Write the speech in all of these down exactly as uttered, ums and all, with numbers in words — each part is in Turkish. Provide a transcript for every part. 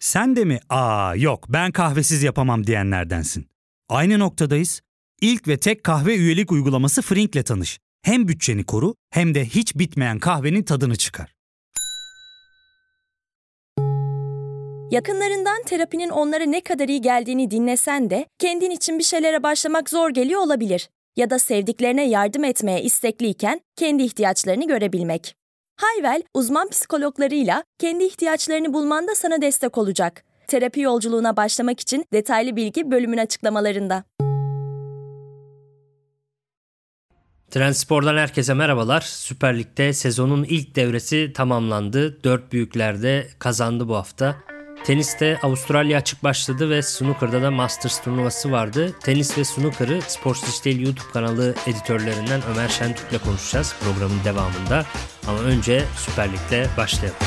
Sen de mi "Aa yok ben kahvesiz yapamam" diyenlerdensin? Aynı noktadayız. İlk ve tek kahve üyelik uygulaması Frink'le tanış. Hem bütçeni koru hem de hiç bitmeyen kahvenin tadını çıkar. Yakınlarından terapinin onlara ne kadar iyi geldiğini dinlesen de kendin için bir şeylere başlamak zor geliyor olabilir. Ya da sevdiklerine yardım etmeye istekliyken kendi ihtiyaçlarını görebilmek. Hayvel, uzman psikologlarıyla kendi ihtiyaçlarını bulmanda sana destek olacak. Terapi yolculuğuna başlamak için detaylı bilgi bölümün açıklamalarında. Trendspor'dan herkese merhabalar. Süper Lig'de sezonun ilk devresi tamamlandı. Dört büyükler de kazandı bu hafta. Teniste Avustralya açık başladı ve snooker'da da Masters turnuvası vardı. Tenis ve snooker'ı Sports Dijital YouTube kanalı editörlerinden Ömer Şentürk'le konuşacağız programın devamında. Ama önce Süper Lig'le başlayalım.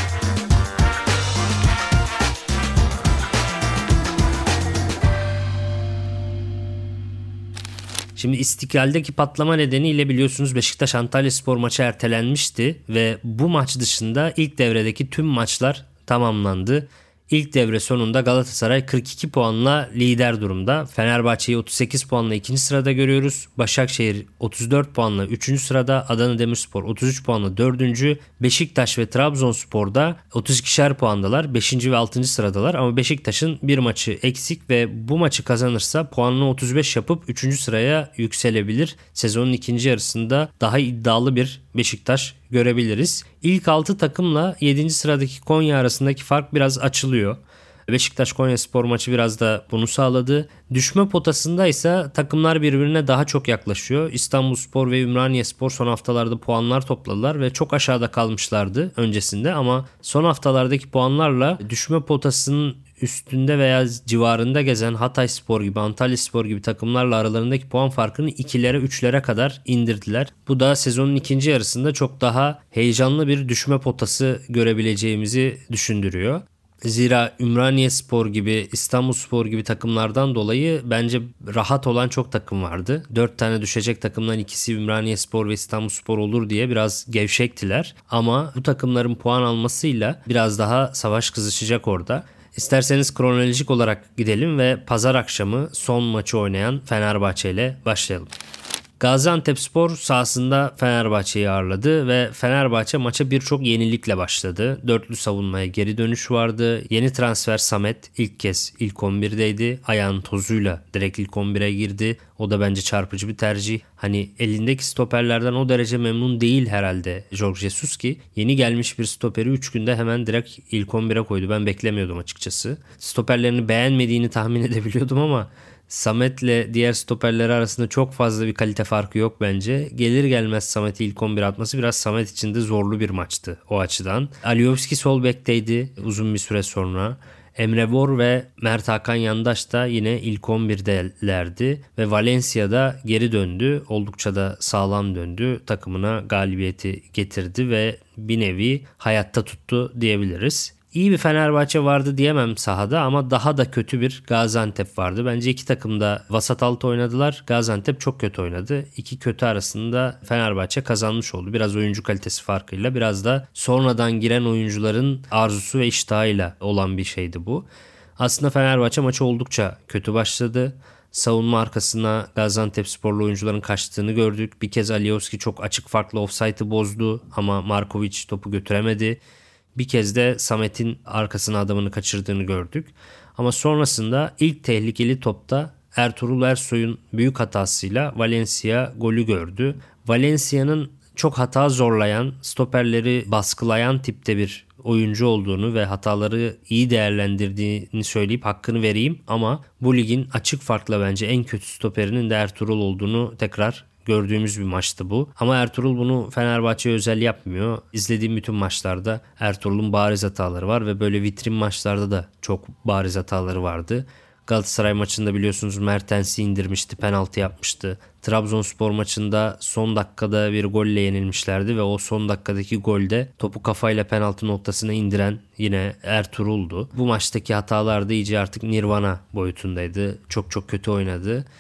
Şimdi İstiklal'deki patlama nedeniyle biliyorsunuz Beşiktaş Antalyaspor maçı ertelenmişti ve bu maç dışında ilk devredeki tüm maçlar tamamlandı. İlk devre sonunda Galatasaray kırk iki puanla lider durumda. Fenerbahçe'yi otuz sekiz puanla ikinci sırada görüyoruz. Başakşehir otuz dört puanla üçüncü sırada. Adana Demirspor otuz üç puanla dördüncü. Beşiktaş ve Trabzonspor'da otuz ikişer puandalar. beşinci ve altıncı sıradalar. Ama Beşiktaş'ın bir maçı eksik ve bu maçı kazanırsa puanını otuz beş yapıp üçüncü sıraya yükselebilir. Sezonun ikinci yarısında daha iddialı bir Beşiktaş görebiliriz. İlk altı takımla yedinci sıradaki Konya arasındaki fark biraz açılıyor. Beşiktaş-Konyaspor maçı biraz da bunu sağladı. Düşme potasında ise takımlar birbirine daha çok yaklaşıyor. İstanbulspor ve Ümraniyespor son haftalarda puanlar topladılar ve çok aşağıda kalmışlardı öncesinde ama son haftalardaki puanlarla düşme potasının üstünde veya civarında gezen Hatayspor gibi, Antalyaspor gibi takımlarla aralarındaki puan farkını ikilere, üçlere kadar indirdiler. Bu da sezonun ikinci yarısında çok daha heyecanlı bir düşme potası görebileceğimizi düşündürüyor. Zira Ümraniyespor gibi, İstanbulspor gibi takımlardan dolayı bence rahat olan çok takım vardı. Dört tane düşecek takımdan ikisi Ümraniyespor ve İstanbulspor olur diye biraz gevşektiler. Ama bu takımların puan almasıyla biraz daha savaş kızışacak orada. İsterseniz kronolojik olarak gidelim ve pazar akşamı son maçı oynayan Fenerbahçe ile başlayalım. Gaziantepspor sahasında Fenerbahçe'yi ağırladı ve Fenerbahçe maça birçok yenilikle başladı. Dörtlü savunmaya geri dönüş vardı. Yeni transfer Samet ilk kez ilk on birdeydi. Ayağın tozuyla direkt ilk on bire girdi. O da bence çarpıcı bir tercih. Hani elindeki stoperlerden o derece memnun değil herhalde Jorge Jesus ki yeni gelmiş bir stoperi üç günde hemen direkt ilk on bire koydu. Ben beklemiyordum açıkçası. Stoperlerini beğenmediğini tahmin edebiliyordum ama Samet'le diğer stoperleri arasında çok fazla bir kalite farkı yok bence. Gelir gelmez Samet'i ilk on bir atması biraz Samet için de zorlu bir maçtı o açıdan. Aliyovski sol bekteydi uzun bir süre sonra. Emre Mor ve Mert Hakan Yandaş da yine ilk on birdelerdi ve Valencia'da geri döndü. Oldukça da sağlam döndü. Takımına galibiyeti getirdi ve bir nevi hayatta tuttu diyebiliriz. İyi bir Fenerbahçe vardı diyemem sahada ama daha da kötü bir Gaziantep vardı. Bence iki takım da vasat altı oynadılar. Gaziantep çok kötü oynadı. İki kötü arasında Fenerbahçe kazanmış oldu. Biraz oyuncu kalitesi farkıyla, biraz da sonradan giren oyuncuların arzusu ve iştahıyla olan bir şeydi bu. Aslında Fenerbahçe maçı oldukça kötü başladı. Savunma arkasına Gaziantepsporlu oyuncuların kaçtığını gördük. Bir kez Aliyovski çok açık farklı ofsaytı bozdu ama Markovic topu götüremedi. Bir kez de Samet'in arkasına adamını kaçırdığını gördük. Ama sonrasında ilk tehlikeli topta Ertuğrul Ersoy'un büyük hatasıyla Valencia golü gördü. Valencia'nın çok hata zorlayan, stoperleri baskılayan tipte bir oyuncu olduğunu ve hataları iyi değerlendirdiğini söyleyip hakkını vereyim. Ama bu ligin açık farkla bence en kötü stoperinin de Ertuğrul olduğunu tekrar gördüğümüz bir maçtı bu. Ama Ertuğrul bunu Fenerbahçe'ye özel yapmıyor. İzlediğim bütün maçlarda Ertuğrul'un bariz hataları var ve böyle vitrin maçlarda da çok bariz hataları vardı. Galatasaray maçında biliyorsunuz Mertens'i indirmişti, penaltı yapmıştı. Trabzonspor maçında son dakikada bir golle yenilmişlerdi ve o son dakikadaki golde topu kafayla penaltı noktasına indiren yine Ertuğrul'du. Bu maçtaki hatalar da iyice artık Nirvana boyutundaydı. Çok çok kötü oynadı.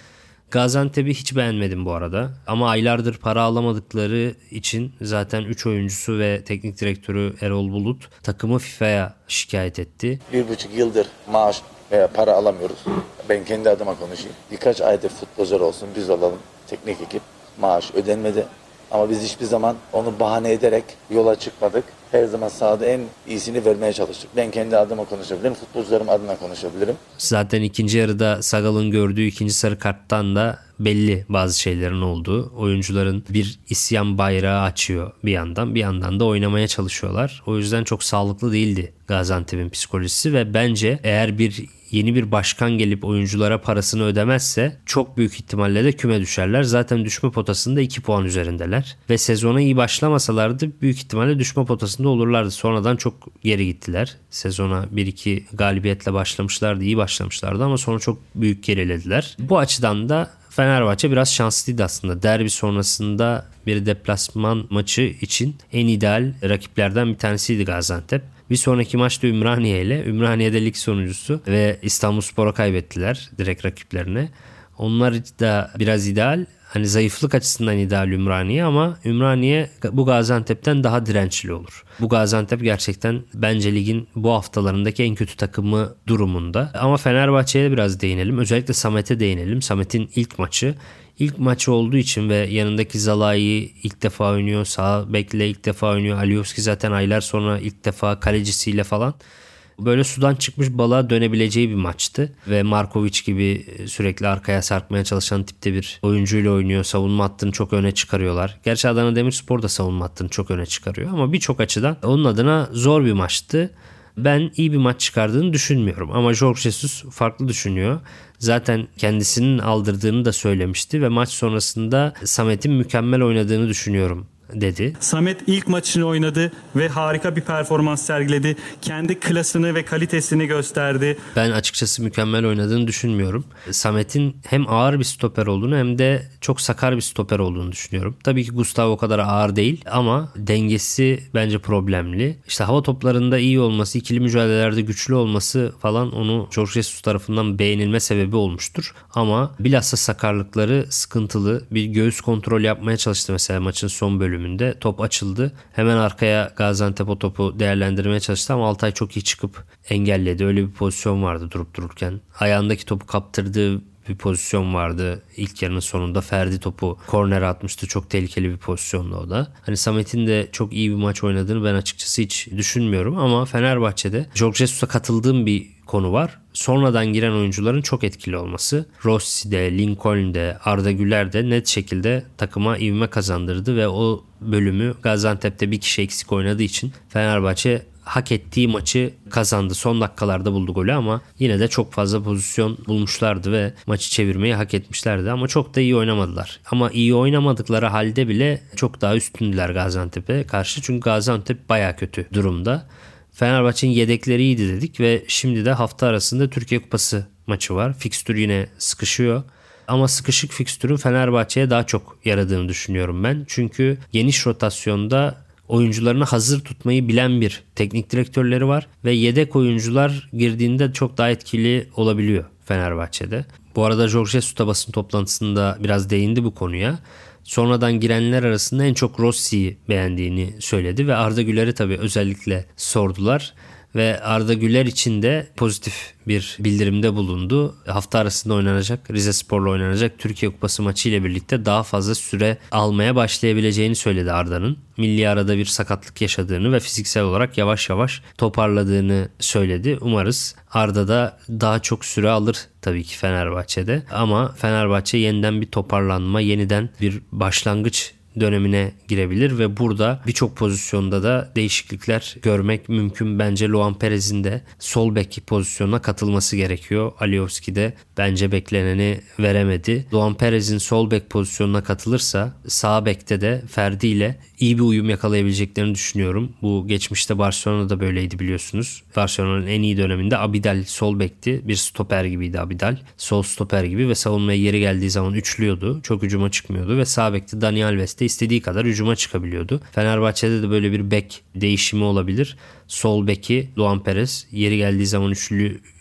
Gaziantep'i hiç beğenmedim bu arada. Ama aylardır para alamadıkları için zaten üç oyuncusu ve teknik direktörü Erol Bulut takımı FIFA'ya şikayet etti. Bir buçuk yıldır maaş veya para alamıyoruz. Ben kendi adıma konuşayım. Birkaç aydır futbolcular olsun, biz olalım, teknik ekip, maaş ödenmedi. Ama biz hiçbir zaman onu bahane ederek yola çıkmadık. Her zaman sahada en iyisini vermeye çalıştık. Ben kendi adıma konuşabilirim, futbolcularım adına konuşabilirim. Zaten ikinci yarıda Sagal'ın gördüğü ikinci sarı karttan da belli bazı şeylerin olduğu. Oyuncuların bir isyan bayrağı açıyor bir yandan. Bir yandan da oynamaya çalışıyorlar. O yüzden çok sağlıklı değildi Gaziantep'in psikolojisi ve bence eğer bir yeni bir başkan gelip oyunculara parasını ödemezse çok büyük ihtimalle de küme düşerler. Zaten düşme potasında iki puan üzerindeler. Ve sezona iyi başlamasalardı büyük ihtimalle düşme potasında olurlardı. Sonradan çok geri gittiler. Sezona bir iki galibiyetle başlamışlardı, iyi başlamışlardı ama sonra çok büyük gerilediler. Bu açıdan da Fenerbahçe biraz şanslıydı aslında. Derbi sonrasında bir deplasman maçı için en ideal rakiplerden bir tanesiydi Gaziantep. Bir sonraki maçta Ümraniye ile. Ümraniye'de lig sonuncusu ve İstanbulspor'a kaybettiler direkt rakiplerine. Onlar da biraz ideal. Hani zayıflık açısından ideal Ümraniye ama Ümraniye bu Gaziantep'ten daha dirençli olur. Bu Gaziantep gerçekten bence ligin bu haftalarındaki en kötü takımı durumunda. Ama Fenerbahçe'ye biraz değinelim. Özellikle Samet'e değinelim. Samet'in ilk maçı. İlk maçı olduğu için ve yanındaki Zalai'yi ilk defa oynuyor. Sağ bekle ilk defa oynuyor. Alioski zaten aylar sonra ilk defa kalecisiyle falan. Böyle sudan çıkmış balığa dönebileceği bir maçtı. Ve Markovic gibi sürekli arkaya sarkmaya çalışan tipte bir oyuncuyla oynuyor. Savunma hattını çok öne çıkarıyorlar. Gerçi Adana Demirspor da savunma hattını çok öne çıkarıyor. Ama birçok açıdan onun adına zor bir maçtı. Ben iyi bir maç çıkardığını düşünmüyorum. Ama Jorge Jesus farklı düşünüyor. Zaten kendisinin aldırdığını da söylemişti. Ve maç sonrasında Samet'in mükemmel oynadığını düşünüyorum dedi. Samet ilk maçını oynadı ve harika bir performans sergiledi. Kendi klasını ve kalitesini gösterdi. Ben açıkçası mükemmel oynadığını düşünmüyorum. Samet'in hem ağır bir stoper olduğunu hem de çok sakar bir stoper olduğunu düşünüyorum. Tabii ki Gustavo o kadar ağır değil ama dengesi bence problemli. İşte hava toplarında iyi olması, ikili mücadelelerde güçlü olması falan onu Jorge Jesus tarafından beğenilme sebebi olmuştur. Ama bilhassa sakarlıkları sıkıntılı. Bir göğüs kontrol yapmaya çalıştı mesela maçın son bölümü. Top açıldı. Hemen arkaya Gaziantep o topu değerlendirmeye çalıştı ama Altay çok iyi çıkıp engelledi. Öyle bir pozisyon vardı durup dururken. Ayağındaki topu kaptırdığı bir pozisyon vardı. İlk yarının sonunda Ferdi topu kornere atmıştı. Çok tehlikeli bir pozisyondu o da. Hani Samet'in de çok iyi bir maç oynadığını ben açıkçası hiç düşünmüyorum ama Fenerbahçe'de Jorge Jesus'a katıldığım bir konu var. Sonradan giren oyuncuların çok etkili olması. Rossi'de, Lincoln'de, Arda Güler de net şekilde takıma ivme kazandırdı ve o bölümü Gaziantep'te bir kişi eksik oynadığı için Fenerbahçe hak ettiği maçı kazandı. Son dakikalarda buldu golü ama yine de çok fazla pozisyon bulmuşlardı ve maçı çevirmeyi hak etmişlerdi ama çok da iyi oynamadılar. Ama iyi oynamadıkları halde bile çok daha üstündüler Gaziantep'e karşı çünkü Gaziantep baya kötü durumda. Fenerbahçe'nin yedekleri iyiydi dedik ve şimdi de hafta arasında Türkiye Kupası maçı var. Fikstür yine sıkışıyor. Ama sıkışık fikstürün Fenerbahçe'ye daha çok yaradığını düşünüyorum ben. Çünkü geniş rotasyonda oyuncularını hazır tutmayı bilen bir teknik direktörleri var. Ve yedek oyuncular girdiğinde çok daha etkili olabiliyor Fenerbahçe'de. Bu arada Jorge Jesus da basın toplantısında biraz değindi bu konuya. Sonradan girenler arasında en çok Rossi'yi beğendiğini söyledi ve Arda Güler'i tabii özellikle sordular. Ve Arda Güler için de pozitif bir bildirimde bulundu. Hafta arasında oynanacak, Rizespor'la oynanacak Türkiye Kupası maçı ile birlikte daha fazla süre almaya başlayabileceğini söyledi Arda'nın. Milli arada bir sakatlık yaşadığını ve fiziksel olarak yavaş yavaş toparladığını söyledi. Umarız Arda da daha çok süre alır tabii ki Fenerbahçe'de. Ama Fenerbahçe yeniden bir toparlanma, yeniden bir başlangıç dönemine girebilir ve burada birçok pozisyonda da değişiklikler görmek mümkün. Bence Luan Perez'in de sol bek pozisyonuna katılması gerekiyor. Alioski de bence bekleneni veremedi. Luan Perez'in sol bek pozisyonuna katılırsa sağ bekte de Ferdi ile iyi bir uyum yakalayabileceklerini düşünüyorum. Bu geçmişte Barcelona'da böyleydi biliyorsunuz. Barcelona'nın en iyi döneminde Abidal sol bekti. Bir stoper gibiydi Abidal. Sol stoper gibi ve savunmaya yeri geldiği zaman üçlüyordu. Çok hücuma çıkmıyor ve sağ bekte Dani Alves de istediği kadar hücuma çıkabiliyordu. Fenerbahçe'de de böyle bir bek değişimi olabilir. Sol beki Luan Perez, yeri geldiği zaman üçlü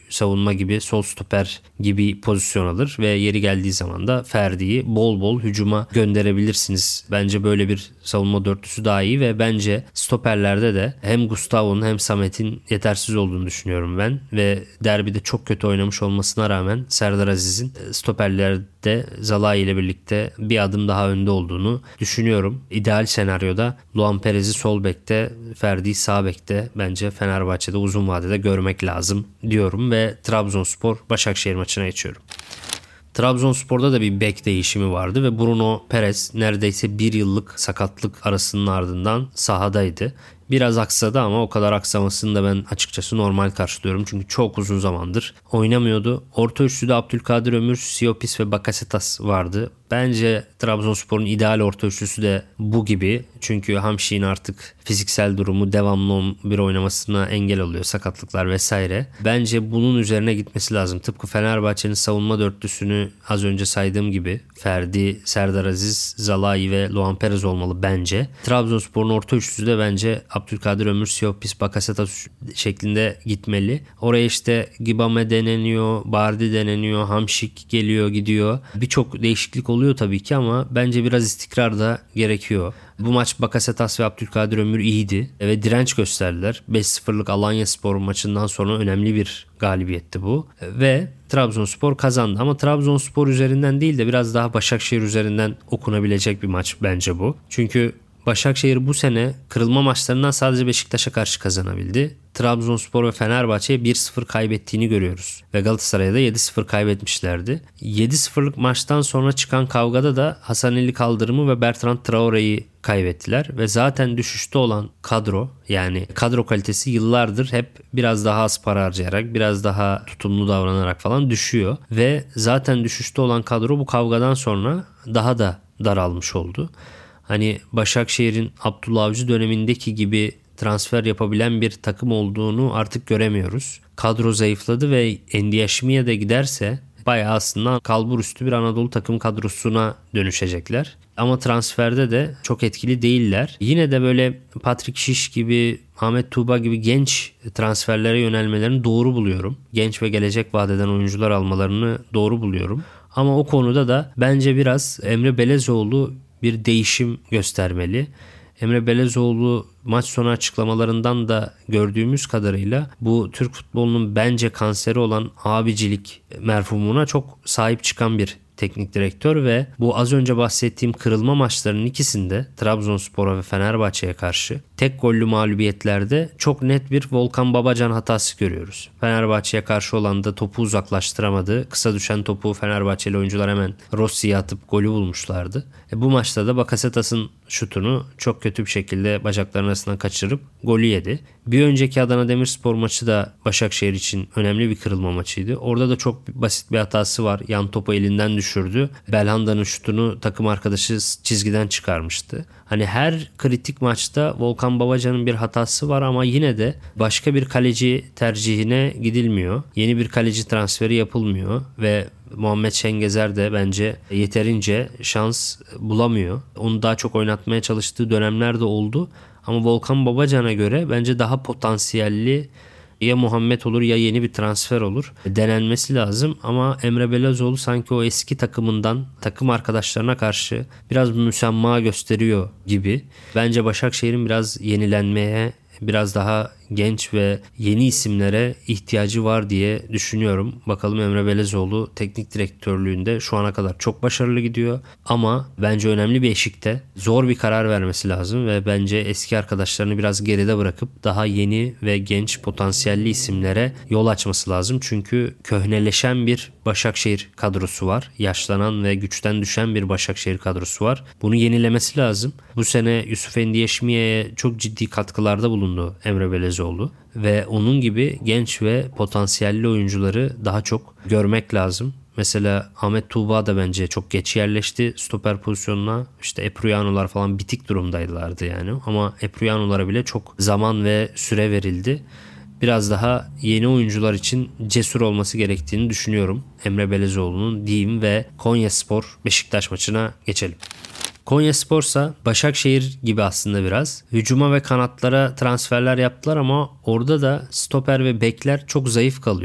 savunma gibi, sol stoper gibi pozisyon alır ve yeri geldiği zaman da Ferdi'yi bol bol hücuma gönderebilirsiniz. Bence böyle bir savunma dörtlüsü daha iyi ve bence stoperlerde de hem Gustavo'nun hem Samet'in yetersiz olduğunu düşünüyorum ben ve derbide çok kötü oynamış olmasına rağmen Serdar Aziz'in stoperlerde Zalai ile birlikte bir adım daha önde olduğunu düşünüyorum. İdeal senaryoda Luan Perez'i sol bekte, Ferdi'yi sağ bekte bence Fenerbahçe'de uzun vadede görmek lazım diyorum ve Trabzonspor Başakşehir maçına geçiyorum. Trabzonspor'da da bir bek değişimi vardı ve Bruno Perez neredeyse bir yıllık sakatlık arasının ardından sahadaydı. Biraz aksadı ama o kadar aksamasını da ben açıkçası normal karşılıyorum. Çünkü çok uzun zamandır oynamıyordu. Orta üçlüde Abdülkadir Ömür, Siopis ve Bakasetas vardı. Bence Trabzonspor'un ideal orta üçlüsü de bu gibi. Çünkü Hamşik'in artık fiziksel durumu devamlı bir oynamasına engel oluyor. Sakatlıklar vesaire. Bence bunun üzerine gitmesi lazım. Tıpkı Fenerbahçe'nin savunma dörtlüsünü az önce saydığım gibi Ferdi, Serdar Aziz, Zalai ve Luan Perez olmalı bence. Trabzonspor'un orta üçlüsü de bence Abdülkadir Ömür, Siopis, Bakasetas şeklinde gitmeli. Oraya işte Gibame deneniyor, Bardi deneniyor, Hamşik geliyor gidiyor. Birçok değişiklik oluyor tabii ki ama bence biraz istikrar da gerekiyor. Bu maç Bakasetas ve Abdülkadir Ömür iyiydi ve direnç gösterdiler. beş sıfırlık Alanyaspor maçından sonra önemli bir galibiyetti bu. Ve Trabzonspor kazandı ama Trabzonspor üzerinden değil de biraz daha Başakşehir üzerinden okunabilecek bir maç bence bu. Çünkü Başakşehir bu sene kırılma maçlarından sadece Beşiktaş'a karşı kazanabildi. Trabzonspor ve Fenerbahçe'ye bir sıfır kaybettiğini görüyoruz. Ve Galatasaray'a da yedi sıfır kaybetmişlerdi. yedi sıfırlık maçtan sonra çıkan kavgada da Hasaneli Kaldırım'ı ve Bertrand Traore'yi kaybettiler. Ve zaten düşüşte olan kadro, yani kadro kalitesi yıllardır hep biraz daha az para harcayarak, biraz daha tutumlu davranarak falan düşüyor. Ve zaten düşüşte olan kadro bu kavgadan sonra daha da daralmış oldu. Hani Başakşehir'in Abdullah Avcı dönemindeki gibi transfer yapabilen bir takım olduğunu artık göremiyoruz. Kadro zayıfladı ve Endiaşmi'ye de giderse bayağı aslında kalbur üstü bir Anadolu takım kadrosuna dönüşecekler. Ama transferde de çok etkili değiller. Yine de böyle Patrick Şiş gibi, Ahmet Tuğba gibi genç transferlere yönelmelerini doğru buluyorum. Genç ve gelecek vadeden oyuncular almalarını doğru buluyorum. Ama o konuda da bence biraz Emre Belezoğlu bir değişim göstermeli. Emre Belezoğlu maç sonu açıklamalarından da gördüğümüz kadarıyla bu Türk futbolunun bence kanseri olan abicilik merhumuna çok sahip çıkan bir teknik direktör ve bu az önce bahsettiğim kırılma maçlarının ikisinde Trabzonspor'a ve Fenerbahçe'ye karşı tek gollü mağlubiyetlerde çok net bir Volkan Babacan hatası görüyoruz. Fenerbahçe'ye karşı olan da topu uzaklaştıramadı. Kısa düşen topu Fenerbahçeli oyuncular hemen Rossi'ye atıp golü bulmuşlardı. E bu maçta da Bakasetas'ın şutunu çok kötü bir şekilde bacaklarının arasından kaçırıp golü yedi. Bir önceki Adana Demirspor maçı da Başakşehir için önemli bir kırılma maçıydı. Orada da çok basit bir hatası var. Yan topu elinden düşürdü. Belhanda'nın şutunu takım arkadaşı çizgiden çıkarmıştı. Hani her kritik maçta Volkan Babacan'ın bir hatası var ama yine de başka bir kaleci tercihine gidilmiyor. Yeni bir kaleci transferi yapılmıyor ve Muhammed Şengezer de bence yeterince şans bulamıyor. Onu daha çok oynatmaya çalıştığı dönemler de oldu. Ama Volkan Babacan'a göre bence daha potansiyelli ya Muhammed olur ya yeni bir transfer olur. Denenmesi lazım ama Emre Belezoğlu sanki o eski takımından takım arkadaşlarına karşı biraz müsamma gösteriyor gibi. Bence Başakşehir'in biraz yenilenmeye, biraz daha genç ve yeni isimlere ihtiyacı var diye düşünüyorum. Bakalım Emre Belezoğlu teknik direktörlüğünde şu ana kadar çok başarılı gidiyor. Ama bence önemli bir eşikte zor bir karar vermesi lazım ve bence eski arkadaşlarını biraz geride bırakıp daha yeni ve genç potansiyelli isimlere yol açması lazım. Çünkü köhneleşen bir Başakşehir kadrosu var. Yaşlanan ve güçten düşen bir Başakşehir kadrosu var. Bunu yenilemesi lazım. Bu sene Yusuf Endiaşmiye'ye çok ciddi katkılarda bulundu Emre Belezoğlu. Ve onun gibi genç ve potansiyelli oyuncuları daha çok görmek lazım. Mesela Ahmet Tuğba da bence çok geç yerleşti stoper pozisyonuna. İşte Epruyanular falan bitik durumdaydılardı yani. Ama Epruyanulara bile çok zaman ve süre verildi. Biraz daha yeni oyuncular için cesur olması gerektiğini düşünüyorum Emre Belezoğlu'nun diyeyim ve Konyaspor Beşiktaş maçına geçelim. Konyaspor'sa Başakşehir gibi aslında biraz. Hücuma ve kanatlara transferler yaptılar ama orada da stoper ve bekler çok zayıf kalıyor.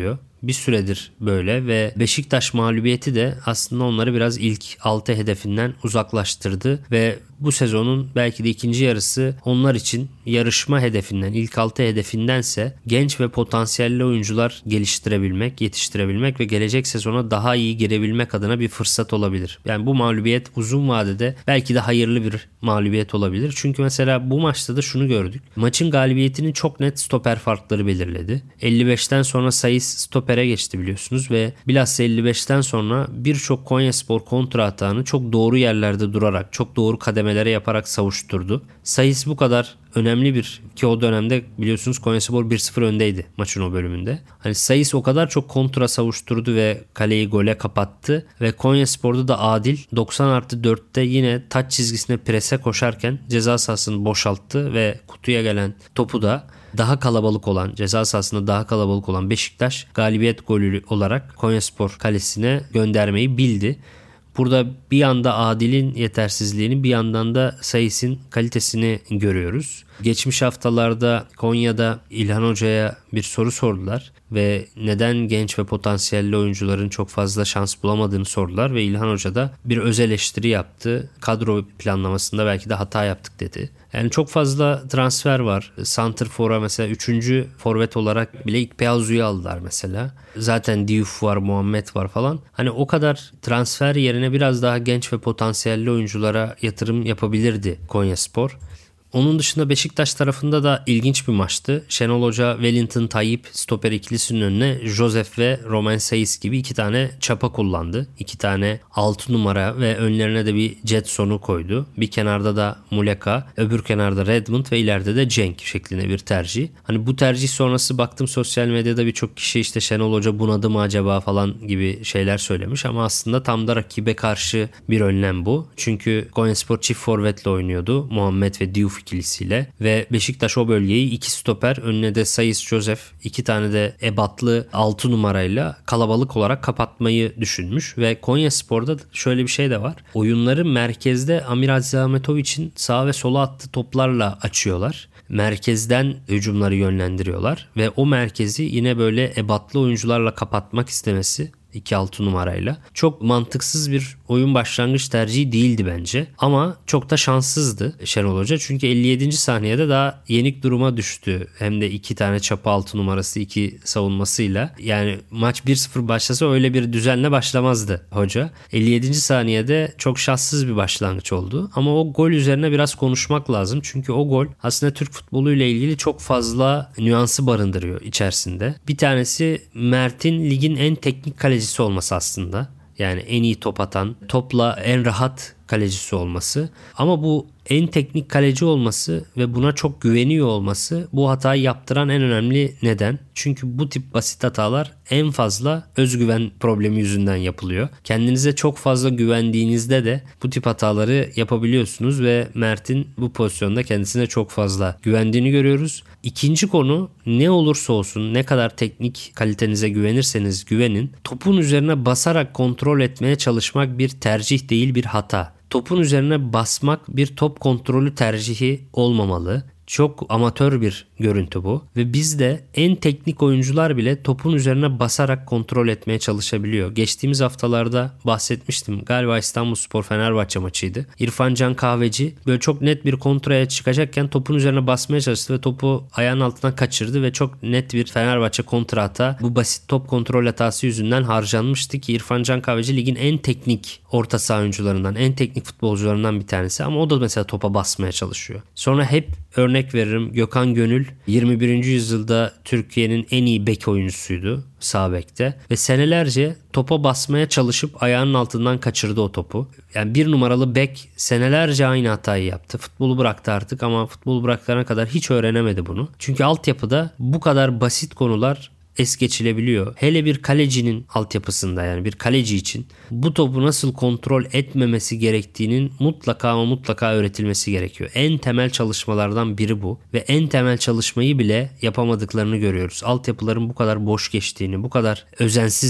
bir süredir böyle ve Beşiktaş mağlubiyeti de aslında onları biraz ilk altı hedefinden uzaklaştırdı ve bu sezonun belki de ikinci yarısı onlar için yarışma hedefinden, ilk altı hedefindense genç ve potansiyelli oyuncular geliştirebilmek, yetiştirebilmek ve gelecek sezona daha iyi girebilmek adına bir fırsat olabilir. Yani bu mağlubiyet uzun vadede belki de hayırlı bir mağlubiyet olabilir. Çünkü mesela bu maçta da şunu gördük. Maçın galibiyetini çok net stoper farkları belirledi. elli beşten sonra Saiz stopere geçti biliyorsunuz ve bilhassa elli beşten sonra birçok Konyaspor kontra atağını çok doğru yerlerde durarak, çok doğru kademelere yaparak savuşturdu. Saiz bu kadar önemli bir, ki o dönemde biliyorsunuz Konyaspor bir sıfır öndeydi maçın o bölümünde. Hani Saiz o kadar çok kontra savuşturdu ve kaleyi gole kapattı ve Konyaspor'da da Adil doksan artı dörtte yine taç çizgisine prese koşarken ceza sahasını boşalttı ve kutuya gelen topu da daha kalabalık olan, ceza sahasında daha kalabalık olan Beşiktaş galibiyet golü olarak Konyaspor kalesine göndermeyi bildi. Burada bir yanda Adil'in yetersizliğini, bir yandan da Saiz'in kalitesini görüyoruz. Geçmiş haftalarda Konya'da İlhan Hoca'ya bir soru sordular ve neden genç ve potansiyelli oyuncuların çok fazla şans bulamadığını sordular ve İlhan Hoca da bir öz eleştiri yaptı. Kadro planlamasında belki de hata yaptık dedi. Yani çok fazla transfer var. Santrfor'a mesela üçüncü forvet olarak bile İkpeazu'yu aldılar mesela. Zaten Diouf var, Muhammed var falan. Hani o kadar transfer yerine biraz daha genç ve potansiyelli oyunculara yatırım yapabilirdi Konyaspor. Onun dışında Beşiktaş tarafında da ilginç bir maçtı. Şenol Hoca, Wellington, Tayyip stoper ikilisinin önüne Josef ve Romain Saiz gibi iki tane çapa kullandı. İki tane altı numara ve önlerine de bir Jetson'u koydu. Bir kenarda da Muleka, öbür kenarda Redmond ve ileride de Cenk şeklinde bir tercih. Hani bu tercih sonrası baktım sosyal medyada birçok kişi işte Şenol Hoca bunadı mı acaba falan gibi şeyler söylemiş ama aslında tam da rakibe karşı bir önlem bu. Çünkü Konyaspor çift forvetle oynuyordu. Muhammed ve Diouf ikilisiyle ve Beşiktaş o bölgeyi iki stoper, önüne de Saiz, Josef, iki tane de ebatlı altı numarayla kalabalık olarak kapatmayı düşünmüş ve Konyaspor'da şöyle bir şey de var. Oyunları merkezde Amir Aziz-Ahmetoviç'in sağ ve sola attığı toplarla açıyorlar. Merkezden hücumları yönlendiriyorlar ve o merkezi yine böyle ebatlı oyuncularla kapatmak istemesi iki altı numarayla çok mantıksız bir oyun başlangıç tercihi değildi bence. Ama çok da şanssızdı Şenol Hoca. Çünkü elli yedinci saniyede daha yenik duruma düştü. Hem de iki tane çapa altı numarası, iki savunmasıyla. Yani maç bir sıfır başlasa öyle bir düzenle başlamazdı hoca. elli yedinci saniyede çok şanssız bir başlangıç oldu. Ama o gol üzerine biraz konuşmak lazım. Çünkü o gol aslında Türk futboluyla ilgili çok fazla nüansı barındırıyor içerisinde. Bir tanesi Mert'in ligin en teknik kalecisi olması aslında. Yani en iyi top atan, topla en rahat kalecisi olması. Ama bu en teknik kaleci olması ve buna çok güveniyor olması bu hatayı yaptıran en önemli neden. Çünkü bu tip basit hatalar en fazla özgüven problemi yüzünden yapılıyor. Kendinize çok fazla güvendiğinizde de bu tip hataları yapabiliyorsunuz ve Mert'in bu pozisyonda kendisine çok fazla güvendiğini görüyoruz. İkinci konu, ne olursa olsun, ne kadar teknik kalitenize güvenirseniz güvenin, topun üzerine basarak kontrol etmeye çalışmak bir tercih değil, bir hata. Topun üzerine basmak bir top kontrolü tercihi olmamalı. Çok amatör bir görüntü bu ve bizde en teknik oyuncular bile topun üzerine basarak kontrol etmeye çalışabiliyor. Geçtiğimiz haftalarda bahsetmiştim. Galiba İstanbulspor Fenerbahçe maçıydı. İrfan Can Kahveci böyle çok net bir kontraya çıkacakken topun üzerine basmaya çalıştı ve topu ayağın altından kaçırdı ve çok net bir Fenerbahçe kontra hata bu basit top kontrol hatası yüzünden harcanmıştı ki İrfan Can Kahveci ligin en teknik orta saha oyuncularından, en teknik futbolcularından bir tanesi ama o da mesela topa basmaya çalışıyor. Sonra hep örnek veririm, Gökhan Gönül yirmi birinci yüzyılda Türkiye'nin en iyi bek oyuncusuydu sağ bekte ve senelerce topa basmaya çalışıp ayağının altından kaçırdı o topu. Yani bir numaralı bek senelerce aynı hatayı yaptı. Futbolu bıraktı artık ama futbolu bıraktığına kadar hiç öğrenemedi bunu. Çünkü altyapıda bu kadar basit konular es geçilebiliyor. Hele bir kalecinin altyapısında, yani bir kaleci için bu topu nasıl kontrol etmemesi gerektiğinin mutlaka ama mutlaka öğretilmesi gerekiyor. En temel çalışmalardan biri bu ve en temel çalışmayı bile yapamadıklarını görüyoruz. Altyapıların bu kadar boş geçtiğini, bu kadar özensiz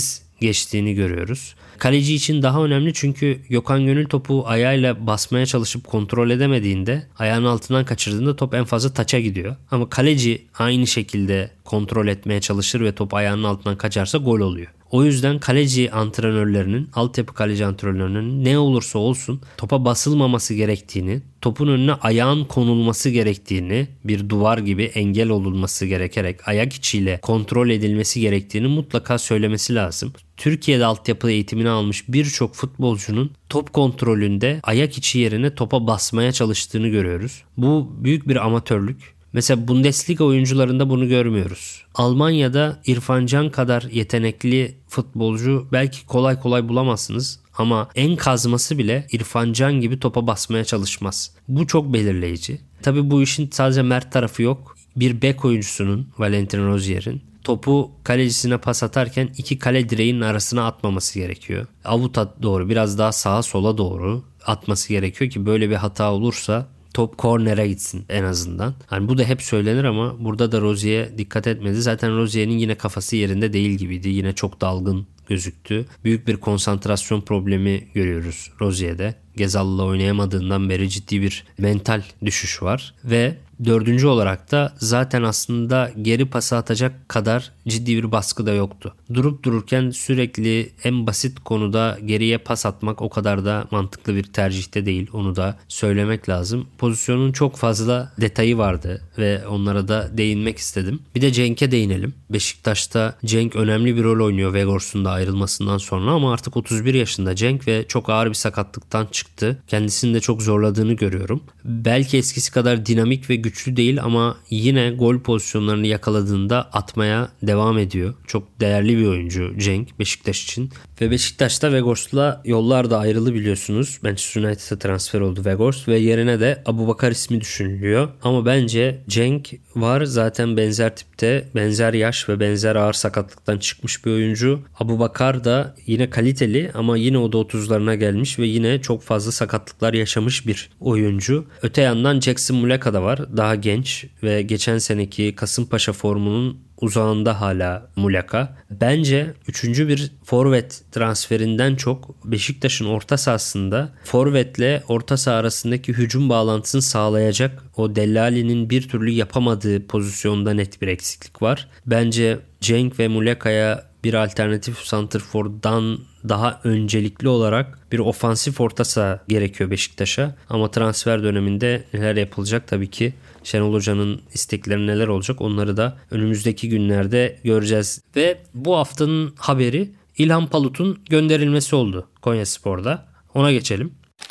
geçtiğini görüyoruz. Kaleci için daha önemli çünkü Gökhan Gönül topu ayağıyla basmaya çalışıp kontrol edemediğinde, ayağının altından kaçırdığında top en fazla taça gidiyor. Ama kaleci aynı şekilde kontrol etmeye çalışır ve top ayağının altından kaçarsa gol oluyor. O yüzden kaleci antrenörlerinin, altyapı kaleci antrenörlerinin ne olursa olsun topa basılmaması gerektiğini, topun önüne ayağın konulması gerektiğini, bir duvar gibi engel olunması gerekerek ayak içiyle kontrol edilmesi gerektiğini mutlaka söylemesi lazım. Türkiye'de altyapı eğitimini almış birçok futbolcunun top kontrolünde ayak içi yerine topa basmaya çalıştığını görüyoruz. Bu büyük bir amatörlük. Mesela Bundesliga oyuncularında bunu görmüyoruz. Almanya'da İrfan Can kadar yetenekli futbolcu belki kolay kolay bulamazsınız ama en kazması bile İrfan Can gibi topa basmaya çalışmaz. Bu çok belirleyici. Tabii bu işin sadece Mert tarafı yok. Bir bek oyuncusunun, Valentin Rozier'in topu kalecisine pas atarken iki kale direğinin arasına atmaması gerekiyor. Avuta doğru, biraz daha sağa sola doğru atması gerekiyor ki böyle bir hata olursa top kornere gitsin en azından. Yani bu da hep söylenir ama burada da Rozier dikkat etmedi. Zaten Rozier'in yine kafası yerinde değil gibiydi. Yine çok dalgın gözüktü. Büyük bir konsantrasyon problemi görüyoruz Rozier'de. Gezal'la oynayamadığından beri ciddi bir mental düşüş var ve dördüncü olarak da zaten aslında geri pası atacak kadar ciddi bir baskı da yoktu. Durup dururken sürekli en basit konuda geriye pas atmak o kadar da mantıklı bir tercihte değil. Onu da söylemek lazım. Pozisyonun çok fazla detayı vardı ve onlara da değinmek istedim. Bir de Cenk'e değinelim. Beşiktaş'ta Cenk önemli bir rol oynuyor Vegors'un da ayrılmasından sonra ama artık otuz bir yaşında Cenk ve çok ağır bir sakatlıktan çıktı. Kendisini de çok zorladığını görüyorum. Belki eskisi kadar dinamik ve güçlü değil ama yine gol pozisyonlarını yakaladığında atmaya devam ediyor. Çok değerli bir oyuncu Cenk Beşiktaş için. Ve Beşiktaş'ta Vegors'la yollar da ayrılı biliyorsunuz. Manchester United'a transfer oldu Vegors ve yerine de Abubakar ismi düşünülüyor. Ama bence Cenk var, zaten benzer tipte, benzer yaş ve benzer ağır sakatlıktan çıkmış bir oyuncu. Abubakar da yine kaliteli ama yine o da otuzlarına gelmiş ve yine çok fazla sakatlıklar yaşamış bir oyuncu. Öte yandan Jackson Muleka da var. Daha genç ve geçen seneki Kasımpaşa formunun uzağında hala Muleka. Bence üçüncü bir forvet transferinden çok Beşiktaş'ın orta sahasında forvetle orta saha arasındaki hücum bağlantısını sağlayacak o Dellali'nin bir türlü yapamadığı pozisyonda net bir eksiklik var. Bence Cenk ve Muleka'ya bir alternatif santrfordan daha öncelikli olarak bir ofansif orta saha gerekiyor Beşiktaş'a. Ama transfer döneminde neler yapılacak tabii ki Şenol Hoca'nın istekleri neler olacak onları da önümüzdeki günlerde göreceğiz. Ve bu haftanın haberi İlhan Palut'un gönderilmesi oldu Konyaspor'da. Ona geçelim.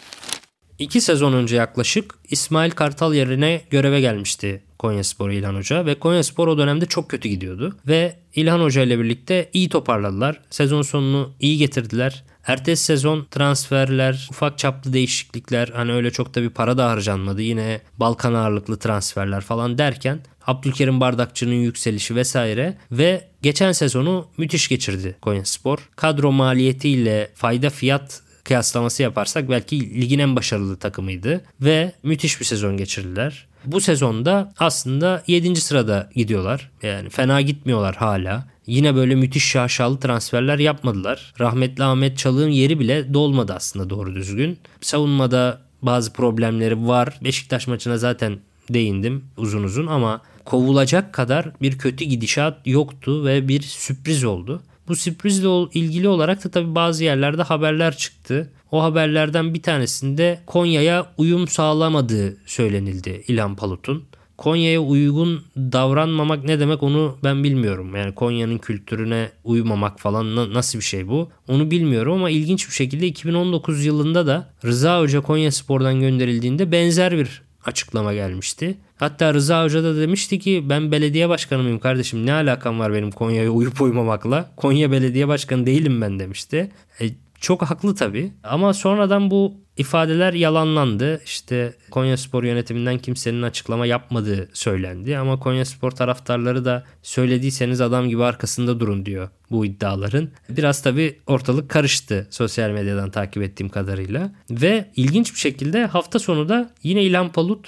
İki sezon önce yaklaşık İsmail Kartal yerine göreve gelmişti Konyaspor'a İlhan Hoca ve Konyaspor o dönemde çok kötü gidiyordu ve İlhan Hoca ile birlikte iyi toparladılar. Sezon sonunu iyi getirdiler. Ertesi sezon transferler, ufak çaplı değişiklikler, hani öyle çok da bir para da harcanmadı. Yine Balkan ağırlıklı transferler falan derken Abdülkerim Bardakçı'nın yükselişi vesaire ve geçen sezonu müthiş geçirdi Konyaspor. Kadro maliyetiyle fayda fiyat kıyaslaması yaparsak belki ligin en başarılı takımıydı ve müthiş bir sezon geçirdiler. Bu sezonda aslında yedinci sırada gidiyorlar. Yani fena gitmiyorlar hala. Yine böyle müthiş şaşalı transferler yapmadılar. Rahmetli Ahmet Çalık'ın yeri bile dolmadı aslında doğru düzgün. Savunmada bazı problemleri var. Beşiktaş maçına zaten değindim uzun uzun ama kovulacak kadar bir kötü gidişat yoktu ve bir sürpriz oldu. Bu sürprizle ilgili olarak da tabii bazı yerlerde haberler çıktı. O haberlerden bir tanesinde Konya'ya uyum sağlamadığı söylenildi İlhan Palut'un. Konya'ya uygun davranmamak ne demek onu ben bilmiyorum. Yani Konya'nın kültürüne uymamak falan nasıl bir şey bu? Onu bilmiyorum ama ilginç bir şekilde iki bin on dokuz yılında da Rıza Hoca Konyaspor'dan gönderildiğinde benzer bir açıklama gelmişti. Hatta Rıza Hoca da demişti ki ben belediye başkanı mıyım kardeşim, ne alakam var benim Konya'ya uyup uymamakla? Konya belediye başkanı değilim ben demişti. E, çok haklı tabii ama sonradan bu ifadeler yalanlandı. İşte Konyaspor yönetiminden kimsenin açıklama yapmadığı söylendi ama Konyaspor taraftarları da söylediyseniz adam gibi arkasında durun diyor bu iddiaların. Biraz tabii ortalık karıştı sosyal medyadan takip ettiğim kadarıyla ve ilginç bir şekilde hafta sonu da yine İlhan Palut ve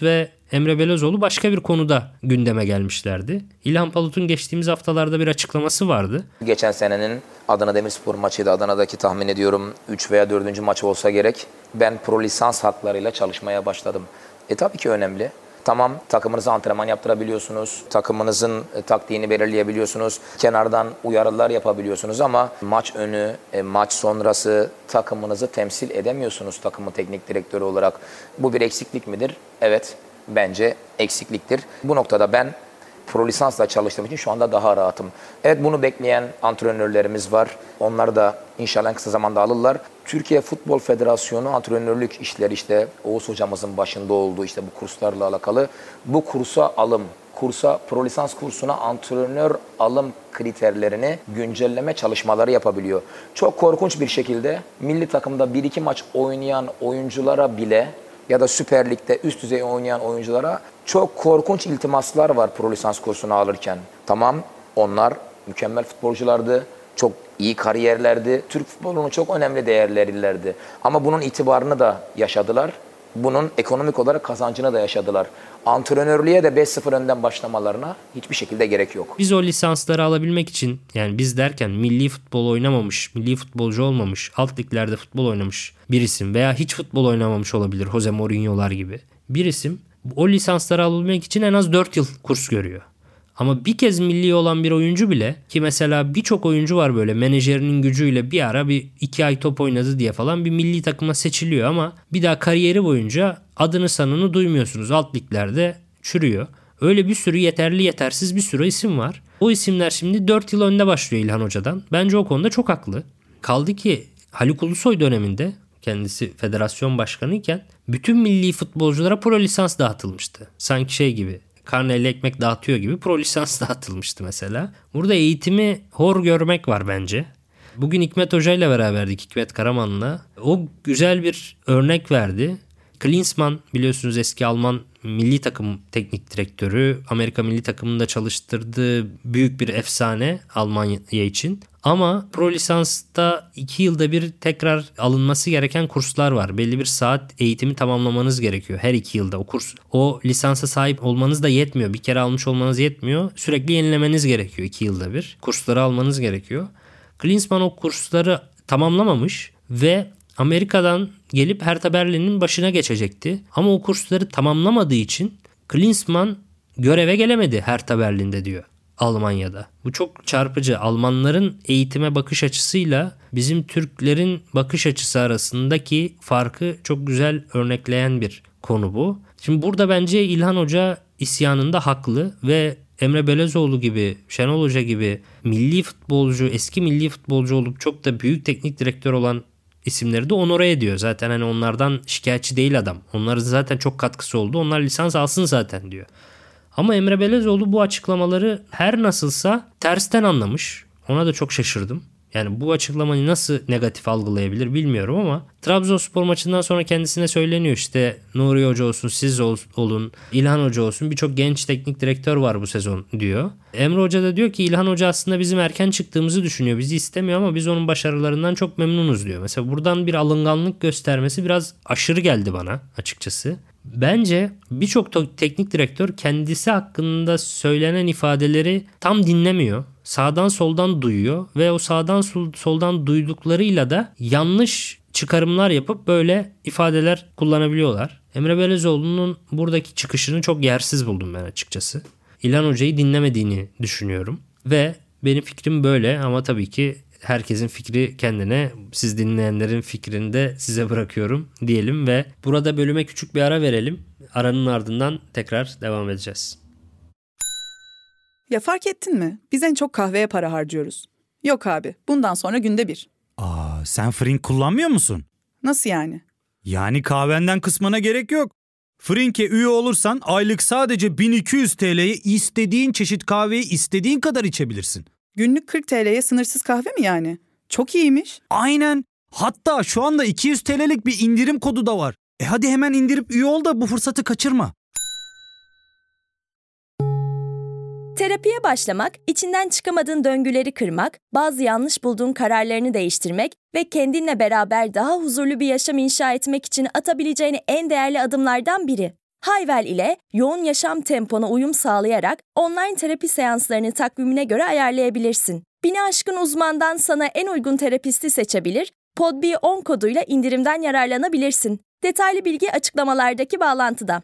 Emre Belözoğlu başka bir konuda gündeme gelmişlerdi. İlhan Palut'un geçtiğimiz haftalarda bir açıklaması vardı. Geçen senenin Adana Demirspor maçıydı. Adana'daki tahmin ediyorum üç veya dördüncü maç olsa gerek. Ben pro lisans haklarıyla çalışmaya başladım. E tabii ki önemli. Tamam, takımınıza antrenman yaptırabiliyorsunuz, takımınızın taktiğini belirleyebiliyorsunuz, kenardan uyarılar yapabiliyorsunuz ama maç önü, e, maç sonrası takımınızı temsil edemiyorsunuz takımın teknik direktörü olarak. Bu bir eksiklik midir? Evet, bence eksikliktir. Bu noktada ben pro lisansla çalıştığım için şu anda daha rahatım. Evet, bunu bekleyen antrenörlerimiz var. Onlar da inşallah en kısa zamanda alırlar. Türkiye Futbol Federasyonu antrenörlük işleri işte Oğuz hocamızın başında olduğu işte bu kurslarla alakalı. Bu kursa alım, kursa pro lisans kursuna antrenör alım kriterlerini güncelleme çalışmaları yapabiliyor. Çok korkunç bir şekilde milli takımda bir iki maç oynayan oyunculara bile ya da Süper Lig'de üst düzey oynayan oyunculara çok korkunç iltimaslar var pro lisans kursuna alırken. Tamam, onlar mükemmel futbolculardı, çok iyi kariyerlerdi, Türk futbolunun çok önemli değerlerilerdi. Ama bunun itibarını da yaşadılar, bunun ekonomik olarak kazancını da yaşadılar. Antrenörlüğe de beş sıfır önden başlamalarına hiçbir şekilde gerek yok. Biz o lisansları alabilmek için, yani biz derken milli futbol oynamamış, milli futbolcu olmamış, alt liglerde futbol oynamış bir isim veya hiç futbol oynamamış olabilir, Jose Mourinho'lar gibi bir isim, o lisansları alabilmek için en az dört yıl kurs görüyor. Ama bir kez milli olan bir oyuncu bile, ki mesela birçok oyuncu var böyle menajerinin gücüyle bir ara bir iki ay top oynadı diye falan bir milli takıma seçiliyor ama bir daha kariyeri boyunca adını sanını duymuyorsunuz. Alt liglerde çürüyor. Öyle bir sürü yeterli yetersiz bir sürü isim var. O isimler şimdi dört yıl önde başlıyor İlhan Hoca'dan. Bence o konuda çok haklı. Kaldı ki Haluk Ulusoy döneminde, kendisi federasyon başkanı iken bütün milli futbolculara pro lisans dağıtılmıştı. Sanki şey gibi, karneyle ekmek dağıtıyor gibi pro lisans dağıtılmıştı mesela. Burada eğitimi hor görmek var bence. Bugün Hikmet Hoca ile beraberdik, Hikmet Karaman'la. O güzel bir örnek verdi. Klinsmann biliyorsunuz eski Alman milli takım teknik direktörü. Amerika milli takımında çalıştırdığı büyük bir efsane Almanya için. Ama pro lisansta iki yılda bir tekrar alınması gereken kurslar var. Belli bir saat eğitimi tamamlamanız gerekiyor her iki yılda o kurs. O lisansa sahip olmanız da yetmiyor. Bir kere almış olmanız yetmiyor. Sürekli yenilemeniz gerekiyor iki yılda bir. Kursları almanız gerekiyor. Klinsmann o kursları tamamlamamış ve Amerika'dan gelip Hertha Berlin'in başına geçecekti. Ama o kursları tamamlamadığı için Klinsmann göreve gelemedi Hertha Berlin'de diyor. Almanya'da. Bu çok çarpıcı. Almanların eğitime bakış açısıyla bizim Türklerin bakış açısı arasındaki farkı çok güzel örnekleyen bir konu bu. Şimdi burada bence İlhan Hoca isyanında haklı ve Emre Belözoğlu gibi, Şenol Hoca gibi milli futbolcu, eski milli futbolcu olup çok da büyük teknik direktör olan isimleri de onore ediyor. Zaten hani onlardan şikayetçi değil adam. Onların zaten çok katkısı oldu. Onlar lisans alsın zaten diyor. Ama Emre Belözoğlu bu açıklamaları her nasılsa tersten anlamış. Ona da çok şaşırdım. Yani bu açıklamayı nasıl negatif algılayabilir bilmiyorum ama Trabzonspor maçından sonra kendisine söyleniyor işte Nuri Hoca olsun, siz olun, İlhan Hoca olsun, birçok genç teknik direktör var bu sezon diyor. Emre Hoca da diyor ki İlhan Hoca aslında bizim erken çıktığımızı düşünüyor. Bizi istemiyor ama biz onun başarılarından çok memnunuz diyor. Mesela buradan bir alınganlık göstermesi biraz aşırı geldi bana açıkçası. Bence birçok teknik direktör kendisi hakkında söylenen ifadeleri tam dinlemiyor. Sağdan soldan duyuyor ve o sağdan soldan duyduklarıyla da yanlış çıkarımlar yapıp böyle ifadeler kullanabiliyorlar. Emre Belözoğlu'nun buradaki çıkışını çok yersiz buldum ben açıkçası. İlhan Hoca'yı dinlemediğini düşünüyorum ve benim fikrim böyle ama tabii ki herkesin fikri kendine, siz dinleyenlerin fikrini de size bırakıyorum diyelim ve burada bölüme küçük bir ara verelim. Aranın ardından tekrar devam edeceğiz. Ya fark ettin mi? Biz en çok kahveye para harcıyoruz. Yok abi, bundan sonra günde bir. Aa, sen Frink kullanmıyor musun? Nasıl yani? Yani kahvenden kısmına gerek yok. Frink'e üye olursan aylık sadece bin iki yüz T L'ye istediğin çeşit kahveyi istediğin kadar içebilirsin. Günlük kırk T L'ye sınırsız kahve mi yani? Çok iyiymiş. Aynen. Hatta şu anda iki yüz T L'lik bir indirim kodu da var. E hadi hemen indirip üye ol da bu fırsatı kaçırma. Terapiye başlamak, içinden çıkamadığın döngüleri kırmak, bazı yanlış bulduğun kararlarını değiştirmek ve kendinle beraber daha huzurlu bir yaşam inşa etmek için atabileceğin en değerli adımlardan biri. Hayvel ile yoğun yaşam tempona uyum sağlayarak online terapi seanslarını takvimine göre ayarlayabilirsin. Bini aşkın uzmandan sana en uygun terapisti seçebilir, Podb on koduyla indirimden yararlanabilirsin. Detaylı bilgi açıklamalardaki bağlantıda.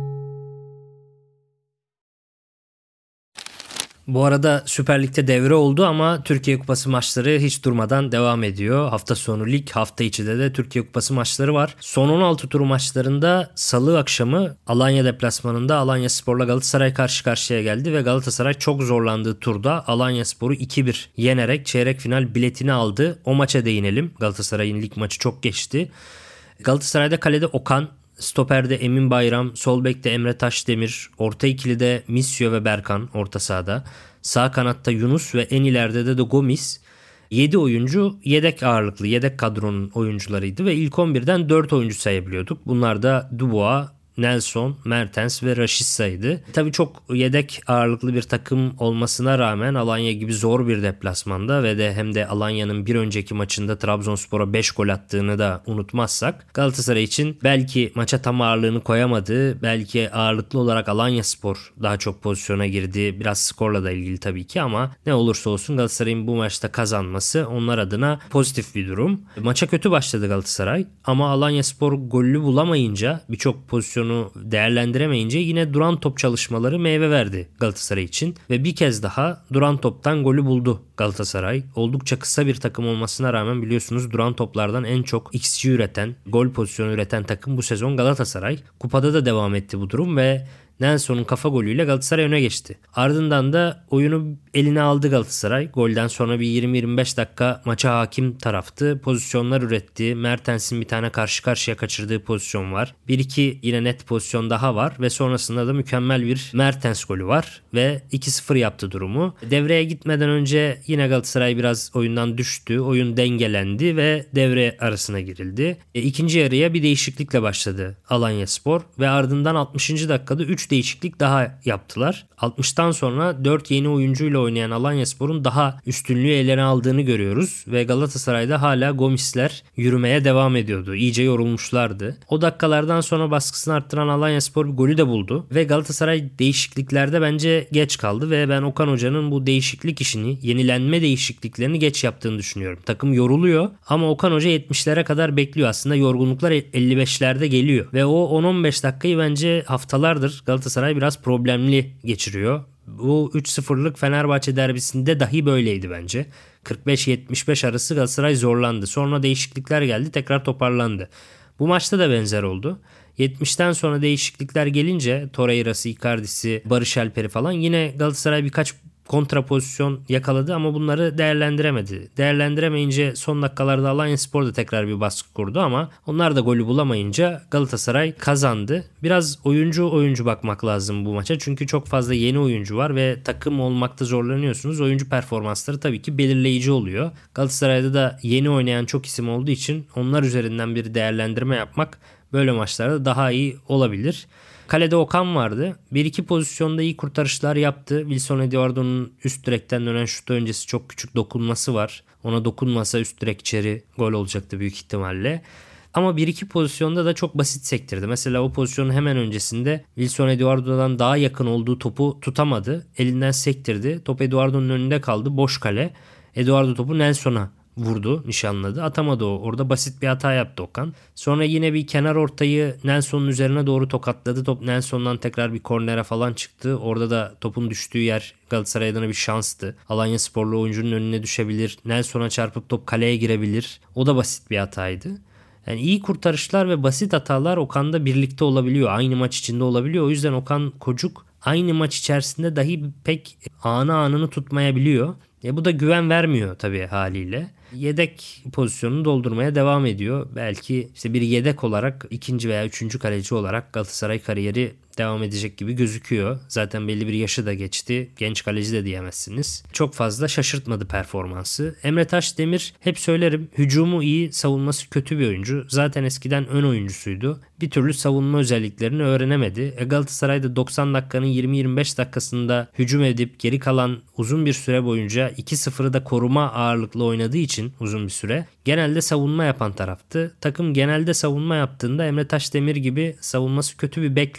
Bu arada Süper Lig'de devre oldu ama Türkiye Kupası maçları hiç durmadan devam ediyor. Hafta sonu lig, hafta içi de de Türkiye Kupası maçları var. Son on altı turu maçlarında Salı akşamı Alanya deplasmanında Alanyaspor'la Galatasaray karşı karşıya geldi ve Galatasaray çok zorlandığı turda Alanyaspor'u iki bir yenerek çeyrek final biletini aldı. O maça değinelim. Galatasaray'ın lig maçı çok geçti. Galatasaray'da kalede Okan, stoperde Emin Bayram, sol bekte Emre Taşdemir, orta ikilide Misio ve Berkan orta sahada, sağ kanatta Yunus ve en ileride de, de Gomis. yedi oyuncu yedek ağırlıklı, yedek kadronun oyuncularıydı ve ilk on birden dört oyuncu sayabiliyorduk. Bunlar da Dubois, Nelson, Mertens ve Raşitsa'ydı. Tabii çok yedek ağırlıklı bir takım olmasına rağmen Alanya gibi zor bir deplasmanda ve de hem de Alanya'nın bir önceki maçında Trabzonspor'a beş gol attığını da unutmazsak Galatasaray için belki maça tam ağırlığını koyamadı, belki ağırlıklı olarak Alanyaspor daha çok pozisyona girdi. Biraz skorla da ilgili tabii ki ama ne olursa olsun Galatasaray'ın bu maçta kazanması onlar adına pozitif bir durum. Maça kötü başladı Galatasaray ama Alanyaspor golü bulamayınca, birçok pozisyon değerlendiremeyince yine duran top çalışmaları meyve verdi Galatasaray için ve bir kez daha duran toptan golü buldu Galatasaray. Oldukça kısa bir takım olmasına rağmen biliyorsunuz duran toplardan en çok X G üreten, gol pozisyonu üreten takım bu sezon Galatasaray. Kupada da devam etti bu durum ve Nelson'un kafa golüyle Galatasaray öne geçti. Ardından da oyunu eline aldı Galatasaray. Golden sonra bir yirmi yirmi beş dakika maça hakim taraftı. Pozisyonlar üretti. Mertens'in bir tane karşı karşıya kaçırdığı pozisyon var. bir iki yine net pozisyon daha var ve sonrasında da mükemmel bir Mertens golü var ve iki sıfır yaptı durumu. Devreye gitmeden önce yine Galatasaray biraz oyundan düştü. Oyun dengelendi ve devre arasına girildi. E, ikinci yarıya bir değişiklikle başladı Alanyaspor ve ardından altmışıncı dakikada üç değişiklik daha yaptılar. altmıştan sonra dört yeni oyuncuyla oynayan Alanyaspor'un daha üstünlüğü ellerine aldığını görüyoruz ve Galatasaray'da hala Gomisler yürümeye devam ediyordu. İyice yorulmuşlardı. O dakikalardan sonra baskısını arttıran Alanyaspor bir golü de buldu ve Galatasaray değişikliklerde bence geç kaldı ve ben Okan Hoca'nın bu değişiklik işini, yenilenme değişikliklerini geç yaptığını düşünüyorum. Takım yoruluyor ama Okan Hoca yetmişlere kadar bekliyor. Aslında yorgunluklar elli beşlerde geliyor ve o on on beş dakikayı bence haftalardır Galatasaray biraz problemli geçiriyor. Bu üç sıfırlık Fenerbahçe derbisinde dahi böyleydi bence. kırk beş yetmiş beş arası Galatasaray zorlandı. Sonra değişiklikler geldi, tekrar toparlandı. Bu maçta da benzer oldu. yetmişten sonra değişiklikler gelince Torreira'sı, Icardi'si, Barış Alper'i falan yine Galatasaray birkaç kontra pozisyon yakaladı ama bunları değerlendiremedi. Değerlendiremeyince son dakikalarda Alanyaspor da tekrar bir baskı kurdu ama onlar da golü bulamayınca Galatasaray kazandı. Biraz oyuncu oyuncu bakmak lazım bu maça. Çünkü çok fazla yeni oyuncu var ve takım olmakta zorlanıyorsunuz. Oyuncu performansları tabii ki belirleyici oluyor. Galatasaray'da da yeni oynayan çok isim olduğu için onlar üzerinden bir değerlendirme yapmak böyle maçlarda daha iyi olabilir. Kalede Okan vardı. Bir iki pozisyonda iyi kurtarışlar yaptı. Wilson Eduardo'nun üst direkten dönen şut öncesi çok küçük dokunması var. Ona dokunmasa üst direk içeri gol olacaktı büyük ihtimalle. Ama bir iki pozisyonda da çok basit sektirdi. Mesela o pozisyonun hemen öncesinde Wilson Eduardo'dan daha yakın olduğu topu tutamadı. Elinden sektirdi. Top Eduardo'nun önünde kaldı. Boş kale. Eduardo topu Nelson'a vurdu, nişanladı. Atamadı o. Orada basit bir hata yaptı Okan. Sonra yine bir kenar ortayı Nelson'un üzerine doğru tokatladı. Top Nelson'dan tekrar bir kornere falan çıktı. Orada da topun düştüğü yer Galatasaray adına bir şanstı. Alanyasporlu oyuncunun önüne düşebilir. Nelson'a çarpıp top kaleye girebilir. O da basit bir hataydı. Yani iyi kurtarışlar ve basit hatalar Okan'da birlikte olabiliyor. Aynı maç içinde olabiliyor. O yüzden Okan Kocuk aynı maç içerisinde dahi pek anı anını tutmayabiliyor. E bu da güven vermiyor tabii haliyle. Yedek pozisyonunu doldurmaya devam ediyor. Belki işte bir yedek olarak ikinci veya üçüncü kaleci olarak Galatasaray kariyeri devam edecek gibi gözüküyor. Zaten belli bir yaşı da geçti. Genç kaleci de diyemezsiniz. Çok fazla şaşırtmadı performansı. Emre Taşdemir hep söylerim, hücumu iyi, savunması kötü bir oyuncu. Zaten eskiden ön oyuncusuydu. Bir türlü savunma özelliklerini öğrenemedi. E Galatasaray'da doksan dakikanın yirmi yirmi beş dakikasında hücum edip geri kalan uzun bir süre boyunca iki sıfırı da koruma ağırlıklı oynadığı için uzun bir süre genelde savunma yapan taraftı. Takım genelde savunma yaptığında Emre Taşdemir gibi savunması kötü bir bekle oynamak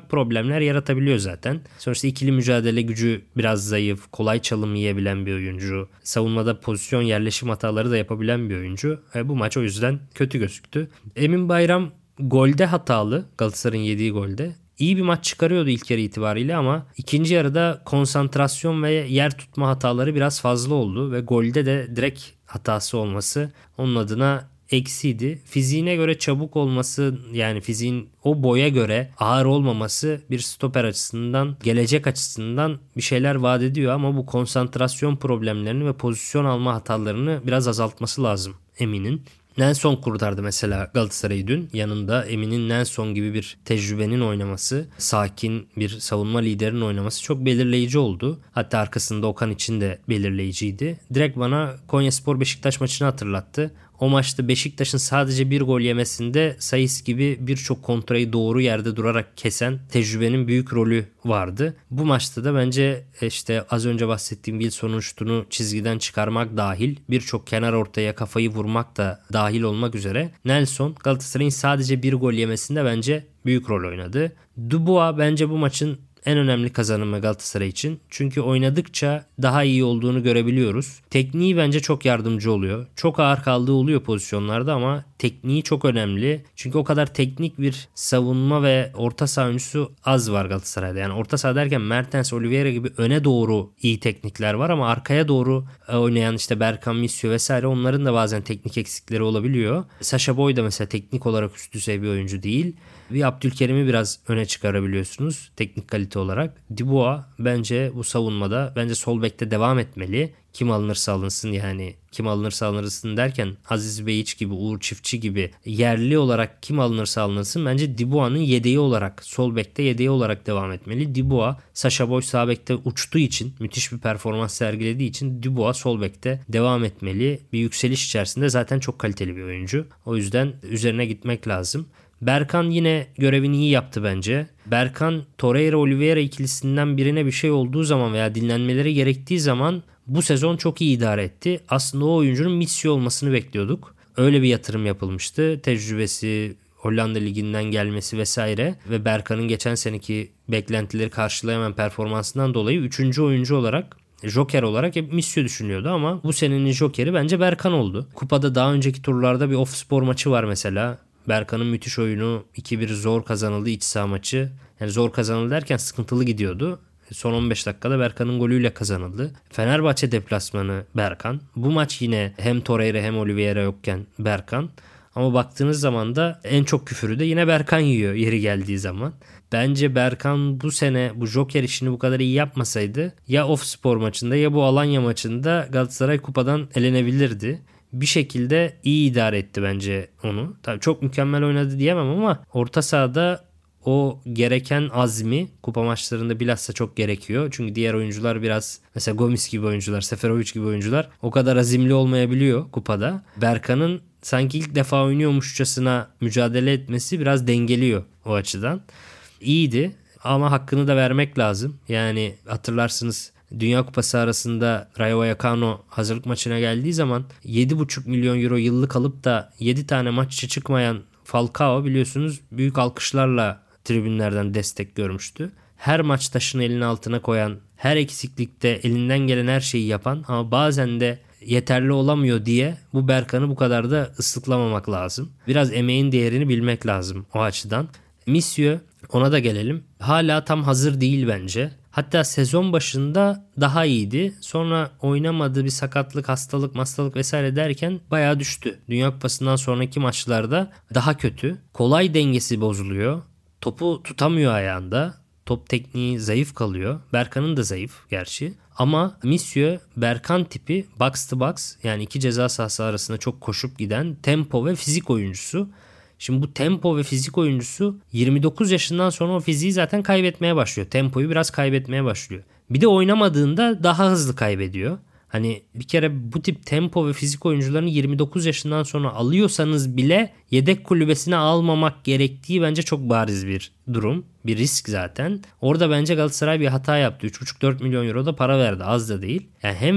ufak problemler yaratabiliyor zaten. Sonuçta ikili mücadele gücü biraz zayıf, kolay çalım yiyebilen bir oyuncu. Savunmada pozisyon yerleşim hataları da yapabilen bir oyuncu. E, bu maç o yüzden kötü gözüktü. Emin Bayram golde hatalı, Galatasaray'ın yediği golde. İyi bir maç çıkarıyordu ilk yarı itibariyle ama ikinci yarıda konsantrasyon ve yer tutma hataları biraz fazla oldu ve golde de direkt hatası olması onun adına eksiydi. Fiziğine göre çabuk olması, yani fiziğin o boya göre ağır olmaması bir stoper açısından, gelecek açısından bir şeyler vaat ediyor ama bu konsantrasyon problemlerini ve pozisyon alma hatalarını biraz azaltması lazım Emin'in. Nelson kurtardı mesela Galatasaray'ı dün. Yanında Emin'in Nelson gibi bir tecrübenin oynaması, sakin bir savunma liderinin oynaması çok belirleyici oldu. Hatta arkasında Okan için de belirleyiciydi. Direkt bana Konyaspor Beşiktaş maçını hatırlattı. O maçta Beşiktaş'ın sadece bir gol yemesinde Saiz gibi birçok kontrayı doğru yerde durarak kesen tecrübenin büyük rolü vardı. Bu maçta da bence işte az önce bahsettiğim Wilson'un şutunu çizgiden çıkarmak dahil, birçok kenar ortaya kafayı vurmak da dahil olmak üzere Nelson Galatasaray'ın sadece bir gol yemesinde bence büyük rol oynadı. Dubois bence bu maçın en önemli kazanımı Galatasaray için. Çünkü oynadıkça daha iyi olduğunu görebiliyoruz. Tekniği bence çok yardımcı oluyor. Çok ağır kaldığı oluyor pozisyonlarda ama tekniği çok önemli. Çünkü o kadar teknik bir savunma ve orta saha oyuncusu az var Galatasaray'da. Yani orta saha derken Mertens, Oliveira gibi öne doğru iyi teknikler var ama arkaya doğru oynayan işte Berkan, Misio vesaire, onların da bazen teknik eksikleri olabiliyor. Sacha Boey da mesela teknik olarak üst düzey bir oyuncu değil. Bir Abdülkerim'i biraz öne çıkarabiliyorsunuz teknik kalite olarak. Dubois bence bu savunmada, bence sol bekte devam etmeli. Kim alınırsa alınsın, yani kim alınırsa alınsın derken Aziz Beyiç gibi, Uğur Çiftçi gibi yerli olarak kim alınırsa alınsın, bence Dubois'ın yedeği olarak, sol bekte yedeği olarak devam etmeli. Dubois, Sacha Boey sağ bekte uçtuğu için, müthiş bir performans sergilediği için Dubois sol bekte devam etmeli. Bir yükseliş içerisinde, zaten çok kaliteli bir oyuncu. O yüzden üzerine gitmek lazım. Berkan yine görevini iyi yaptı bence. Berkan, Torreira-Oliveira ikilisinden birine bir şey olduğu zaman veya dinlenmeleri gerektiği zaman bu sezon çok iyi idare etti. Aslında o oyuncunun Misio olmasını bekliyorduk. Öyle bir yatırım yapılmıştı. Tecrübesi, Hollanda Ligi'nden gelmesi vesaire ve Berkan'ın geçen seneki beklentileri karşılayamayan performansından dolayı üçüncü oyuncu olarak, Joker olarak hep Misio düşünüyordu ama bu senenin Joker'i bence Berkan oldu. Kupada daha önceki turlarda bir Ofspor maçı var mesela. Berkan'ın müthiş oyunu, iki bir zor kazanıldı iç saha maçı. Yani zor kazanıldı derken sıkıntılı gidiyordu. Son on beş dakikada Berkan'ın golüyle kazanıldı. Fenerbahçe deplasmanı Berkan. Bu maç yine hem Torreira hem Oliveira yokken Berkan. Ama baktığınız zaman da en çok küfürü de yine Berkan yiyor yeri geldiği zaman. Bence Berkan bu sene bu Joker işini bu kadar iyi yapmasaydı ya Ofspor maçında ya bu Alanya maçında Galatasaray kupadan elenebilirdi. Bir şekilde iyi idare etti bence onu. Tabii çok mükemmel oynadı diyemem ama orta sahada o gereken azmi kupa maçlarında bilhassa çok gerekiyor. Çünkü diğer oyuncular biraz, mesela Gomis gibi oyuncular, Seferovic gibi oyuncular o kadar azimli olmayabiliyor kupada. Berkan'ın sanki ilk defa oynuyormuşçasına mücadele etmesi biraz dengeliyor o açıdan. İyiydi ama hakkını da vermek lazım. Yani hatırlarsınız, Dünya Kupası arasında Rayo Vallecano hazırlık maçına geldiği zaman yedi buçuk milyon euro yıllık alıp da yedi tane maçça çıkmayan Falcao, biliyorsunuz, büyük alkışlarla tribünlerden destek görmüştü. Her maç taşını elinin altına koyan, her eksiklikte elinden gelen her şeyi yapan ama bazen de yeterli olamıyor diye bu Berkan'ı bu kadar da ıslıklamamak lazım. Biraz emeğin değerini bilmek lazım o açıdan. Misio, ona da gelelim. Hala tam hazır değil bence. Hatta sezon başında daha iyiydi. Sonra oynamadı, bir sakatlık, hastalık, hastalık vesaire derken bayağı düştü. Dünya Kupası'ndan sonraki maçlarda daha kötü. Kolay dengesi bozuluyor. Topu tutamıyor ayağında. Top tekniği zayıf kalıyor. Berkan'ın da zayıf gerçi. Ama Misio, Berkan tipi box to box, yani iki ceza sahası arasında çok koşup giden tempo ve fizik oyuncusu. Şimdi bu tempo ve fizik oyuncusu yirmi dokuz yaşından sonra o fiziği zaten kaybetmeye başlıyor. Tempoyu biraz kaybetmeye başlıyor. Bir de oynamadığında daha hızlı kaybediyor. Hani bir kere bu tip tempo ve fizik oyuncularını yirmi dokuz yaşından sonra alıyorsanız bile yedek kulübesine almamak gerektiği bence çok bariz bir durum. Bir risk zaten. Orada bence Galatasaray bir hata yaptı. üç buçuk dört milyon euro da para verdi. Az da değil. Yani hem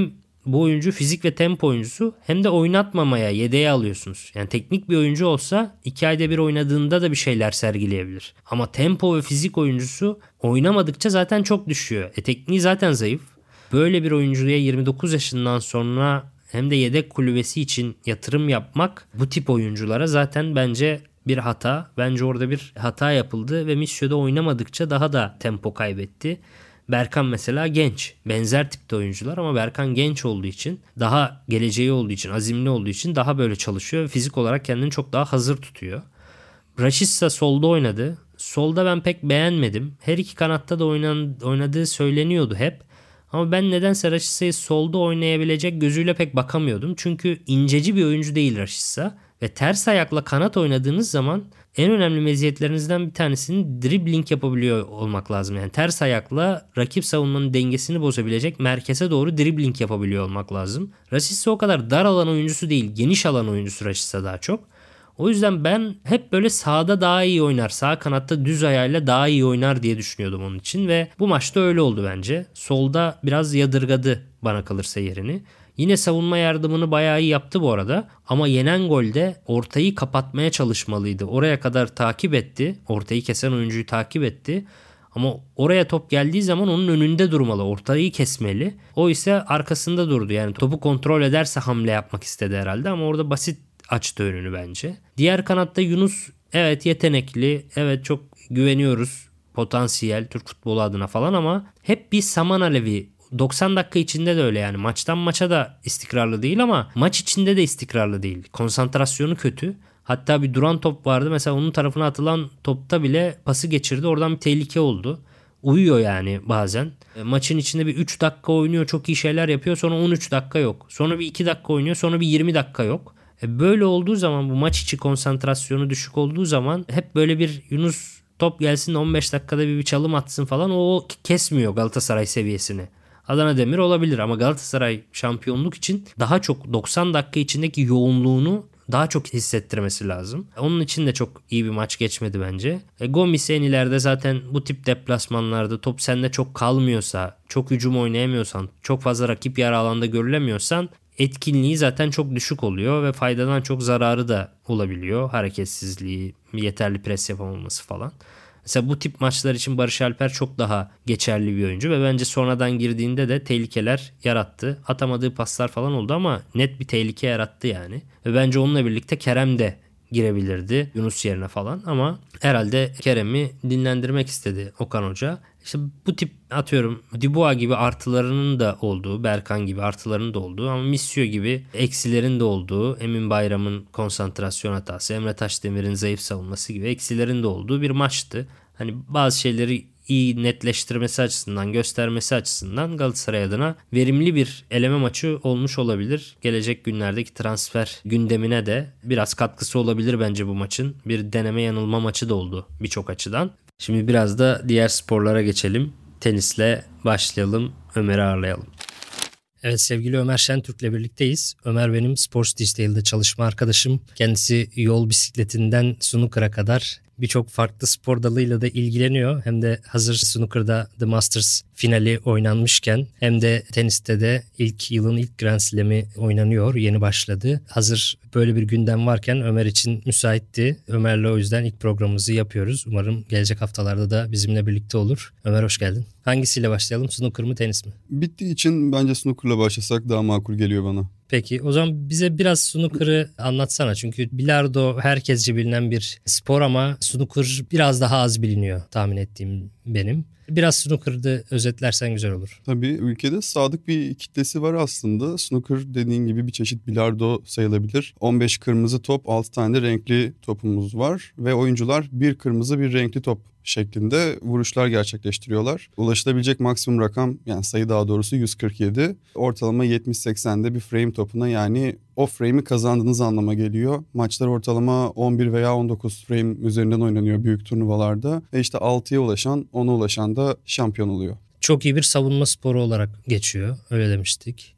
bu oyuncu fizik ve tempo oyuncusu, hem de oynatmamaya yedeğe alıyorsunuz. Yani teknik bir oyuncu olsa iki ayda bir oynadığında da bir şeyler sergileyebilir. Ama tempo ve fizik oyuncusu oynamadıkça zaten çok düşüyor. E tekniği zaten zayıf. Böyle bir oyuncuya yirmi dokuz yaşından sonra hem de yedek kulübesi için yatırım yapmak bu tip oyunculara zaten bence bir hata. Bence orada bir hata yapıldı ve Missio'da oynamadıkça daha da tempo kaybetti. Berkan mesela genç. Benzer tipte oyuncular ama Berkan genç olduğu için, daha geleceği olduğu için, azimli olduğu için daha böyle çalışıyor. Fizik olarak kendini çok daha hazır tutuyor. Rashica solda oynadı. Solda ben pek beğenmedim. Her iki kanatta da oynan, oynadığı söyleniyordu hep. Ama ben nedense Rashica'yı solda oynayabilecek gözüyle pek bakamıyordum. Çünkü inceci bir oyuncu değil Rashica. Ve ters ayakla kanat oynadığınız zaman en önemli meziyetlerinizden bir tanesinin dribbling yapabiliyor olmak lazım. Yani ters ayakla rakip savunmanın dengesini bozabilecek, merkeze doğru dribbling yapabiliyor olmak lazım. Rashica o kadar dar alan oyuncusu değil, geniş alan oyuncusu Rashica daha çok. O yüzden ben hep böyle sağda daha iyi oynar, sağ kanatta düz ayağıyla daha iyi oynar diye düşünüyordum onun için ve bu maçta öyle oldu bence. Solda biraz yadırgadı bana kalırsa yerini. Yine savunma yardımını bayağı iyi yaptı bu arada ama yenen golde ortayı kapatmaya çalışmalıydı. Oraya kadar takip etti, ortayı kesen oyuncuyu takip etti. Ama oraya top geldiği zaman onun önünde durmalı, ortayı kesmeli. O ise arkasında durdu, yani topu kontrol ederse hamle yapmak istedi herhalde ama orada basit açtı önünü bence. Diğer kanatta Yunus evet yetenekli, evet çok güveniyoruz, potansiyel Türk futbolu adına falan ama hep bir saman alevi. doksan dakika içinde de öyle, yani maçtan maça da istikrarlı değil ama maç içinde de istikrarlı değil. Konsantrasyonu kötü. Hatta bir duran top vardı mesela, onun tarafına atılan topta bile pası geçirdi, oradan bir tehlike oldu. Uyuyor yani bazen. E, maçın içinde bir üç dakika oynuyor, çok iyi şeyler yapıyor, sonra on üç dakika yok. Sonra bir iki dakika oynuyor, sonra bir yirmi dakika yok. E, böyle olduğu zaman, bu maç içi konsantrasyonu düşük olduğu zaman hep böyle bir Yunus top gelsin on beş dakikada bir, bir çalım atsın falan, o kesmiyor Galatasaray seviyesini. Adana Demir olabilir ama Galatasaray şampiyonluk için daha çok doksan dakika içindeki yoğunluğunu daha çok hissettirmesi lazım. Onun için de çok iyi bir maç geçmedi bence. E, Gomis en ileride zaten bu tip deplasmanlarda top sende çok kalmıyorsa, çok hücum oynayamıyorsan, çok fazla rakip yarı alanda görülemiyorsan etkinliği zaten çok düşük oluyor ve faydadan çok zararı da olabiliyor. Hareketsizliği, yeterli pres yapamaması falan. Mesela bu tip maçlar için Barış Alper çok daha geçerli bir oyuncu ve bence sonradan girdiğinde de tehlikeler yarattı. Atamadığı paslar falan oldu ama net bir tehlike yarattı yani. Ve bence onunla birlikte Kerem de girebilirdi Yunus yerine falan ama herhalde Kerem'i dinlendirmek istedi Okan Hoca. İşte bu tip, atıyorum Dubois gibi artılarının da olduğu, Berkan gibi artılarının da olduğu ama Missio gibi eksilerin de olduğu, Emin Bayram'ın konsantrasyon hatası, Emre Taşdemir'in zayıf savunması gibi eksilerin de olduğu bir maçtı. Hani bazı şeyleri iyi netleştirmesi açısından, göstermesi açısından Galatasaray adına verimli bir eleme maçı olmuş olabilir. Gelecek günlerdeki transfer gündemine de biraz katkısı olabilir bence bu maçın. Bir deneme yanılma maçı da oldu birçok açıdan. Şimdi biraz da diğer sporlara geçelim. Tenisle başlayalım. Ömer'i ağırlayalım. Evet, sevgili Ömer Şentürk'le birlikteyiz. Ömer benim Sports Digital'de çalışma arkadaşım. Kendisi yol bisikletinden snooker'a kadar birçok farklı spor dalıyla da ilgileniyor. Hem de hazır snooker'da The Masters finali oynanmışken hem de teniste de ilk yılın ilk Grand Slam'i oynanıyor. Yeni başladı. Hazır böyle bir gündem varken Ömer için müsaitti. Ömer'le o yüzden ilk programımızı yapıyoruz. Umarım gelecek haftalarda da bizimle birlikte olur. Ömer hoş geldin. Hangisiyle başlayalım? Snooker mı, tenis mi? Bittiği için bence snooker'la başlasak daha makul geliyor bana. Peki o zaman bize biraz snooker'ı anlatsana. Çünkü bilardo herkesce bilinen bir spor ama snooker biraz daha az biliniyor tahmin ettiğim benim. Biraz snooker'ı özetlersen güzel olur. Tabii ülkede sadık bir kitlesi var aslında. Snooker dediğin gibi bir çeşit bilardo sayılabilir. on beş kırmızı top, altı tane de renkli topumuz var. Ve oyuncular bir kırmızı bir renkli top şeklinde vuruşlar gerçekleştiriyorlar. Ulaşılabilecek maksimum rakam, yani sayı daha doğrusu yüz kırk yedi. Ortalama yetmiş seksende bir frame topuna, yani o frame'i kazandığınız anlama geliyor. Maçlar ortalama on bir veya on dokuz frame üzerinden oynanıyor büyük turnuvalarda. Ve işte altıya ulaşan, ona ulaşan da şampiyon oluyor. Çok iyi bir savunma sporu olarak geçiyor. Öyle demiştik.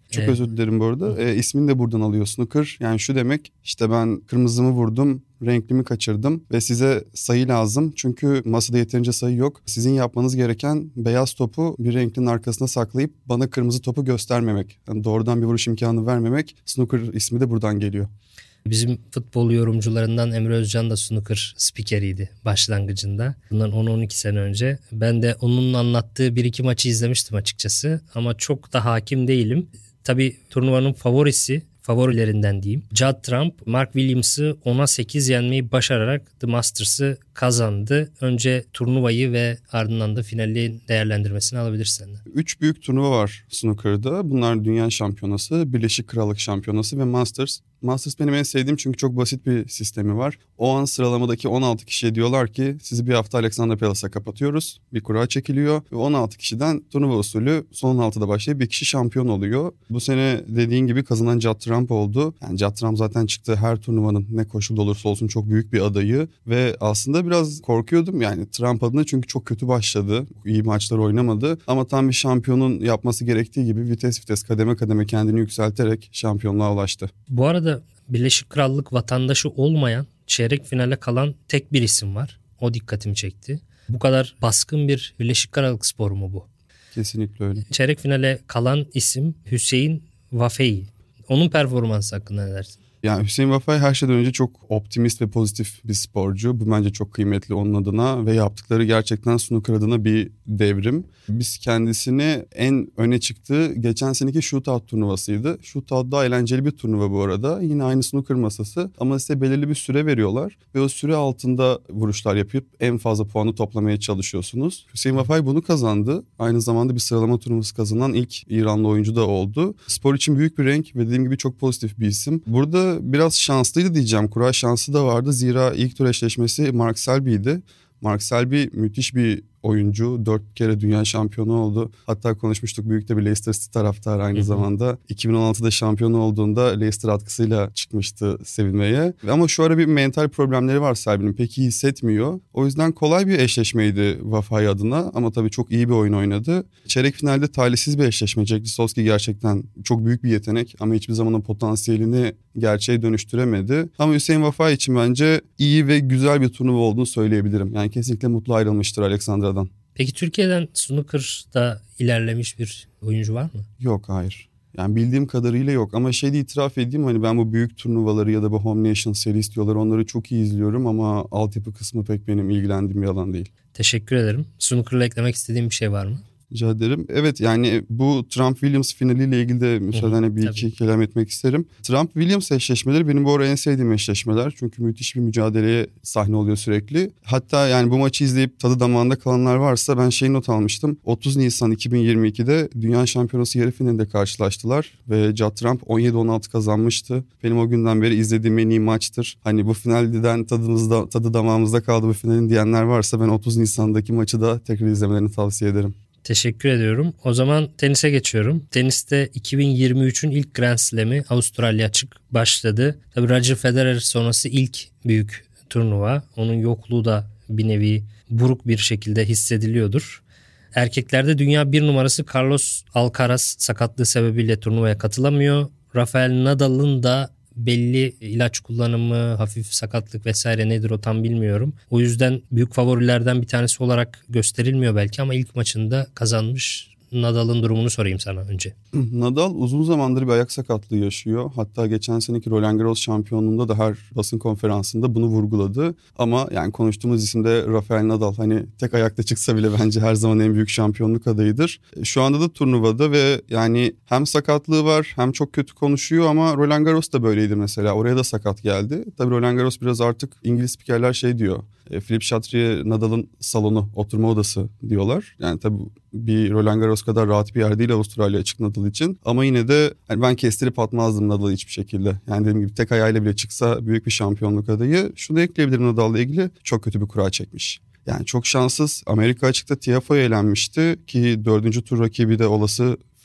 Çok Ee, özür dilerim bu arada. E, ismini de buradan alıyor snooker. Yani şu demek, işte ben kırmızımı vurdum, renklimi kaçırdım ve size sayı lazım. Çünkü masada yeterince sayı yok. Sizin yapmanız gereken beyaz topu bir renklinin arkasına saklayıp bana kırmızı topu göstermemek. Yani doğrudan bir vuruş imkanı vermemek. Snooker ismi de buradan geliyor. Bizim futbol yorumcularından Emre Özcan da snooker spikeriydi başlangıcında. Bundan on on iki sene önce. Ben de onun anlattığı bir iki maçı izlemiştim açıkçası. Ama çok da hakim değilim. Tabii turnuvanın favorisi, favorilerinden diyeyim, Judd Trump, Mark Williams'ı ona sekiz yenmeyi başararak The Masters'ı kazandı. Önce turnuvayı ve ardından da finalin değerlendirmesini alabilirsin senden. Üç büyük turnuva var snooker'da. Bunlar Dünya Şampiyonası, Birleşik Krallık Şampiyonası ve Masters. Masters benim en sevdiğim çünkü çok basit bir sistemi var. O an sıralamadaki on altı kişiye diyorlar ki sizi bir hafta Alexander Palas'a kapatıyoruz. Bir kura çekiliyor ve on altı kişiden turnuva usulü son on altıda başlayıp bir kişi şampiyon oluyor. Bu sene dediğin gibi kazanan Judd Trump oldu. Yani Judd Trump zaten çıktığı her turnuvanın ne koşulda olursa olsun çok büyük bir adayı ve aslında biraz korkuyordum yani Trump adına çünkü çok kötü başladı. İyi maçlar oynamadı ama tam bir şampiyonun yapması gerektiği gibi vites vites kademe kademe kendini yükselterek şampiyonluğa ulaştı. Bu arada Birleşik Krallık vatandaşı olmayan, çeyrek finale kalan tek bir isim var. O dikkatimi çekti. Bu kadar baskın bir Birleşik Krallık sporu mu bu? Kesinlikle öyle. Çeyrek finale kalan isim Hüseyin Vafei. Onun performansı hakkında ne dersin? Yani Hüseyin Vafai her şeyden önce çok optimist ve pozitif bir sporcu. Bu bence çok kıymetli onun adına ve yaptıkları gerçekten snooker adına bir devrim. Biz kendisini en öne çıktığı geçen seneki shootout turnuvasıydı. Shootout daha eğlenceli bir turnuva bu arada. Yine aynı snooker masası ama size belirli bir süre veriyorlar ve o süre altında vuruşlar yapıp en fazla puanı toplamaya çalışıyorsunuz. Hüseyin Vafai bunu kazandı. Aynı zamanda bir sıralama turnuvası kazanan ilk İranlı oyuncu da oldu. Spor için büyük bir renk ve dediğim gibi çok pozitif bir isim. Burada biraz şanslıydı diyeceğim. Kura şansı da vardı. Zira ilk tur eşleşmesi Mark Selby'ydi. Mark Selby müthiş bir oyuncu. Dört kere dünya şampiyonu oldu. Hatta konuşmuştuk, büyük de bir Leicester City taraftarı aynı zamanda. iki bin on altıda şampiyon olduğunda Leicester atkısıyla çıkmıştı sevilmeye. Ama şu ara bir mental problemleri var Selby'nin. Pek iyi hissetmiyor. O yüzden kolay bir eşleşmeydi Vafai adına. Ama tabii çok iyi bir oyun oynadı. Çeyrek finalde talihsiz bir eşleşme. Jack Lisowski gerçekten çok büyük bir yetenek. Ama hiçbir zaman o potansiyelini gerçeğe dönüştüremedi. Ama Hüseyin Vafai için bence iyi ve güzel bir turnuva olduğunu söyleyebilirim. Yani kesinlikle mutlu ayrılmıştır Alexandra'dan. Peki Türkiye'den snooker'da ilerlemiş bir oyuncu var mı? Yok, hayır. Yani bildiğim kadarıyla yok ama şey de itiraf edeyim, hani ben bu büyük turnuvaları ya da bu Home Nations serisi diyorlar, onları çok iyi izliyorum ama altyapı kısmı pek benim ilgilendiğim bir alan değil. Teşekkür ederim. Snooker'la eklemek istediğim bir şey var mı? Rica ederim. Evet, yani bu Trump-Williams finaliyle ilgili de müsaadenle bir Tabii. iki kelam etmek isterim. Trump-Williams eşleşmeleri benim bu ara en sevdiğim eşleşmeler. Çünkü müthiş bir mücadeleye sahne oluyor sürekli. Hatta yani bu maçı izleyip tadı damağında kalanlar varsa ben şey not almıştım. otuz Nisan iki bin yirmi ikide Dünya Şampiyonası yarı finalinde karşılaştılar. Ve Judd Trump on yedi on altı kazanmıştı. Benim o günden beri izlediğim en iyi maçtır. Hani bu finalden tadımızda, tadı damağımızda kaldı bu finalin diyenler varsa ben otuz Nisan'daki maçı da tekrar izlemelerini tavsiye ederim. Teşekkür ediyorum. O zaman tenise geçiyorum. Teniste iki bin yirmi üçün ilk Grand Slam'i Avustralya açık başladı. Tabii Roger Federer sonrası ilk büyük turnuva. Onun yokluğu da bir nevi buruk bir şekilde hissediliyordur. Erkeklerde dünya bir numarası Carlos Alcaraz sakatlığı sebebiyle turnuvaya katılamıyor. Rafael Nadal'ın da belli ilaç kullanımı, hafif sakatlık vesaire nedir o tam bilmiyorum. O yüzden büyük favorilerden bir tanesi olarak gösterilmiyor belki ama ilk maçında kazanmış. Nadal'ın durumunu sorayım sana önce. Nadal uzun zamandır bir ayak sakatlığı yaşıyor. Hatta geçen seneki Roland Garros şampiyonluğunda da her basın konferansında bunu vurguladı. Ama yani konuştuğumuz isim de Rafael Nadal. Hani tek ayakta çıksa bile bence her zaman en büyük şampiyonluk adayıdır. Şu anda da turnuvada ve yani hem sakatlığı var hem çok kötü konuşuyor ama Roland Garros da böyleydi mesela. Oraya da sakat geldi. Tabii Roland Garros biraz artık İngiliz spikerler şey diyor. Philippe Chatrier Nadal'ın salonu, oturma odası diyorlar. Yani tabii bir Roland Garros kadar rahat bir yer değil Avustralya açık Nadal için. Ama yine de yani ben kestirip atmazdım Nadal'ı hiçbir şekilde. Yani dediğim gibi tek ayağıyla bile çıksa büyük bir şampiyonluk adayı. Şunu ekleyebilirim Nadal'la ilgili, çok kötü bir kura çekmiş. Yani çok şanssız. Amerika açıkta Tiafoe'ya elenmişti ki dördüncü tur rakibi de olası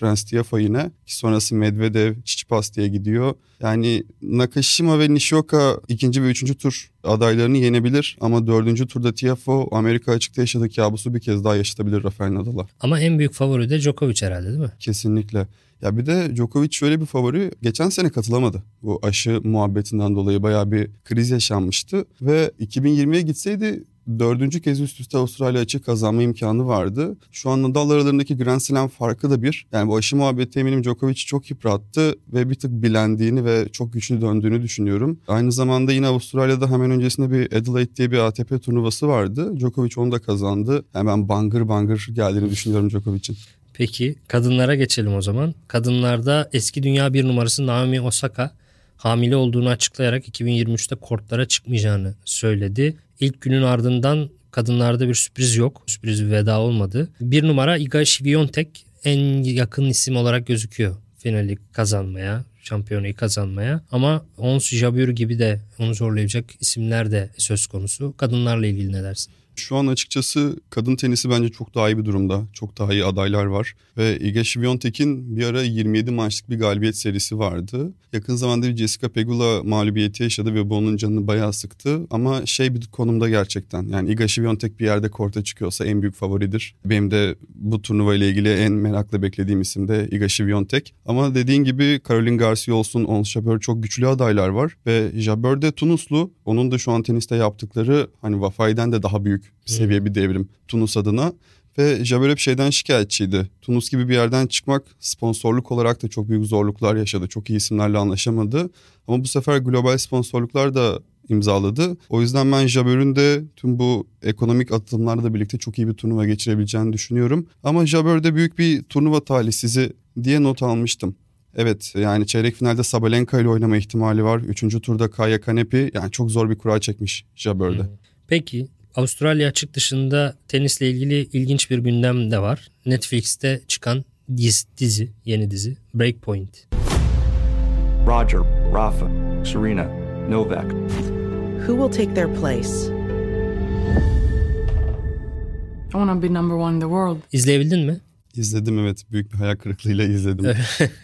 Franz Tiafoe yine. Sonrası Medvedev, Tsitsipas diye gidiyor. Yani Nakashima ve Nishioka ikinci ve üçüncü tur adaylarını yenebilir. Ama dördüncü turda Tiafoe Amerika açıkta yaşadığı kabusu bir kez daha yaşatabilir Rafael Nadal'a. Ama en büyük favori de Djokovic herhalde, değil mi? Kesinlikle. Ya bir de Djokovic şöyle bir favori, geçen sene katılamadı. Bu aşı muhabbetinden dolayı bayağı bir kriz yaşanmıştı. Ve iki bin yirmiye gitseydi dördüncü kez üst üste Avustralya açık kazanma imkanı vardı. Şu an Nadal aralarındaki Grand Slam farkı da bir. Yani bu aşı muhabbeti eminim Djokovic'i çok yıprattı ve bir tık bilendiğini ve çok güçlü döndüğünü düşünüyorum. Aynı zamanda yine Avustralya'da hemen öncesinde bir Adelaide diye bir A T P turnuvası vardı. Djokovic onu da kazandı. Hemen bangır bangır geldiğini düşünüyorum Djokovic'in. Peki kadınlara geçelim o zaman. Kadınlarda eski dünya bir numarası Naomi Osaka hamile olduğunu açıklayarak iki bin yirmi üçte kortlara çıkmayacağını söyledi. İlk günün ardından kadınlarda bir sürpriz yok. Sürpriz bir veda olmadı. Bir numara Iga Świątek en yakın isim olarak gözüküyor finali kazanmaya, şampiyonayı kazanmaya. Ama Ons Jabeur gibi de onu zorlayacak isimler de söz konusu. Kadınlarla ilgili ne dersin? Şu an açıkçası kadın tenisi bence çok daha iyi bir durumda. Çok daha iyi adaylar var. Ve Iga Świątek'in bir ara yirmi yedi maçlık bir galibiyet serisi vardı. Yakın zamanda bir Jessica Pegula mağlubiyeti yaşadı ve bu onun canını bayağı sıktı. Ama şey bir konumda gerçekten. Yani Iga Świątek bir yerde korta çıkıyorsa en büyük favoridir. Benim de bu turnuva ile ilgili en merakla beklediğim isim de Iga Świątek. Ama dediğin gibi Caroline Garcia olsun, Ons Jabeur çok güçlü adaylar var. Ve Jabeur de Tunuslu. Onun da şu an teniste yaptıkları hani Vafai'den de daha büyük bir seviye bir devrim Tunus adına. Ve Jabeur hep şeyden şikayetçiydi. Tunus gibi bir yerden çıkmak sponsorluk olarak da çok büyük zorluklar yaşadı. Çok iyi isimlerle anlaşamadı. Ama bu sefer global sponsorluklar da imzaladı. O yüzden ben Jabeur'ün de tüm bu ekonomik atılımlarla birlikte çok iyi bir turnuva geçirebileceğini düşünüyorum. Ama Jabeur de büyük bir turnuva talihsizi diye not almıştım. Evet, yani çeyrek finalde Sabalenka ile oynama ihtimali var. Üçüncü turda Kaya Kanepi, yani çok zor bir kura çekmiş Jabeur'de. Peki Avustralya açık dışında tenisle ilgili ilginç bir gündem de var. Netflix'te çıkan dizi, dizi yeni dizi Breakpoint. Roger, Rafa, Serena, Novak. Who will take their place? I want to be number one in the world. İzleyebildin mi? İzledim, evet. Büyük bir hayal kırıklığıyla izledim.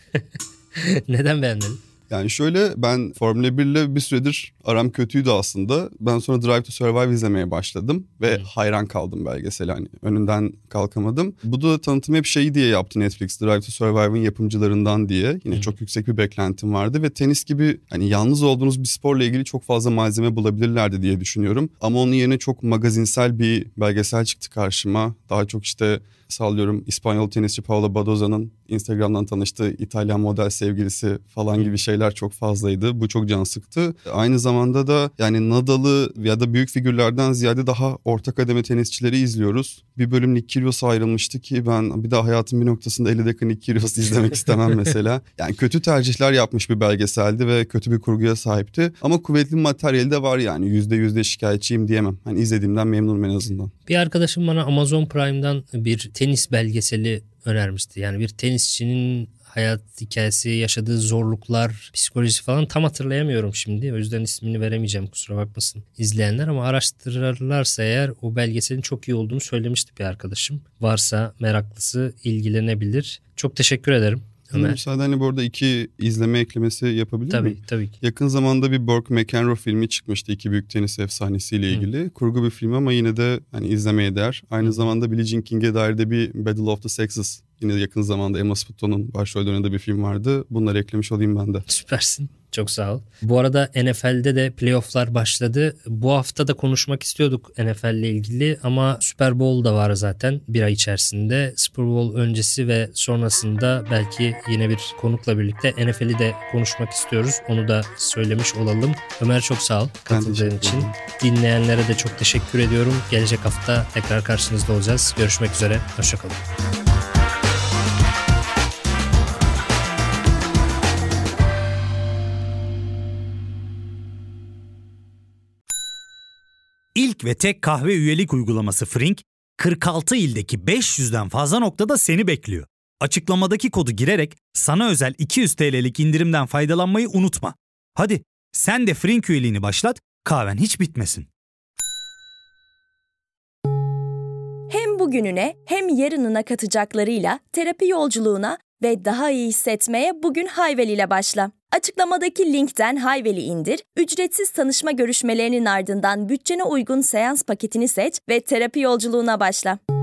Neden beğenmedin? Yani şöyle, ben Formula bir ile bir süredir aram kötüydü aslında. Ben sonra Drive to Survive izlemeye başladım ve hmm. hayran kaldım belgesel, hani önünden kalkamadım. Bu da tanıtımı hep şey diye yaptı Netflix, Drive to Survive'ın yapımcılarından diye. Yine hmm. çok yüksek bir beklentim vardı ve tenis gibi hani yalnız olduğunuz bir sporla ilgili çok fazla malzeme bulabilirlerdi diye düşünüyorum. Ama onun yerine çok magazinsel bir belgesel çıktı karşıma. Daha çok işte sallıyorum İspanyol tenisçi Paula Badoza'nın Instagram'dan tanıştığı İtalyan model sevgilisi falan gibi şeyler çok fazlaydı. Bu çok can sıktı. Aynı zamanda da yani Nadal'ı ya da büyük figürlerden ziyade daha orta kademe tenisçileri izliyoruz. Bir bölüm Nick Kyrgios'a ayrılmıştı ki ben bir daha hayatım bir noktasında elli dakika Nick Kyrgios'u izlemek istemem mesela. Yani kötü tercihler yapmış bir belgeseldi ve kötü bir kurguya sahipti. Ama kuvvetli bir materyali de var yani. Yüzde yüzde şikayetçiyim diyemem. Hani izlediğimden memnunum en azından. Bir arkadaşım bana Amazon Prime'dan bir tenis belgeseli önermişti. Yani bir tenisçinin hayat hikayesi, yaşadığı zorluklar, psikolojisi falan tam hatırlayamıyorum şimdi. O yüzden ismini veremeyeceğim, kusura bakmasın izleyenler, ama araştırırlarsa eğer o belgeselin çok iyi olduğunu söylemişti bir arkadaşım. Varsa meraklısı ilgilenebilir. Çok teşekkür ederim Ömer. Müsaadenle bu arada iki izleme eklemesi yapabilir tabii, miyim? Tabii ki. Yakın zamanda bir Burke McEnroe filmi çıkmıştı, iki büyük tenis efsanesiyle ilgili. Hı. Kurgu bir film ama yine de hani izlemeye değer. Aynı Hı. zamanda Billie Jean King'e dair de bir Battle of the Sexes, yine yakın zamanda Emma Stone'un başrolde oynadığı bir film vardı. Bunları eklemiş olayım ben de. Süpersin. Çok sağ ol. Bu arada N F L'de de playofflar başladı. Bu hafta da konuşmak istiyorduk N F L ile ilgili ama Super Bowl da var zaten bir ay içerisinde. Super Bowl öncesi ve sonrasında belki yine bir konukla birlikte N F L'i de konuşmak istiyoruz. Onu da söylemiş olalım. Ömer çok sağ ol katıldığın için. Dinleyenlere de çok teşekkür ediyorum. Gelecek hafta tekrar karşınızda olacağız. Görüşmek üzere. Hoşçakalın. İlk ve tek kahve üyelik uygulaması Frink, kırk altı ildeki beş yüzden fazla noktada seni bekliyor. Açıklamadaki kodu girerek sana özel iki yüz TL'lik indirimden faydalanmayı unutma. Hadi sen de Frink üyeliğini başlat, kahven hiç bitmesin. Hem bugününe hem yarınına katacaklarıyla terapi yolculuğuna Ve daha iyi hissetmeye bugün Hayvel ile başla. Açıklamadaki linkten Hayvel'i indir, ücretsiz tanışma görüşmelerinin ardından bütçene uygun seans paketini seç ve terapi yolculuğuna başla.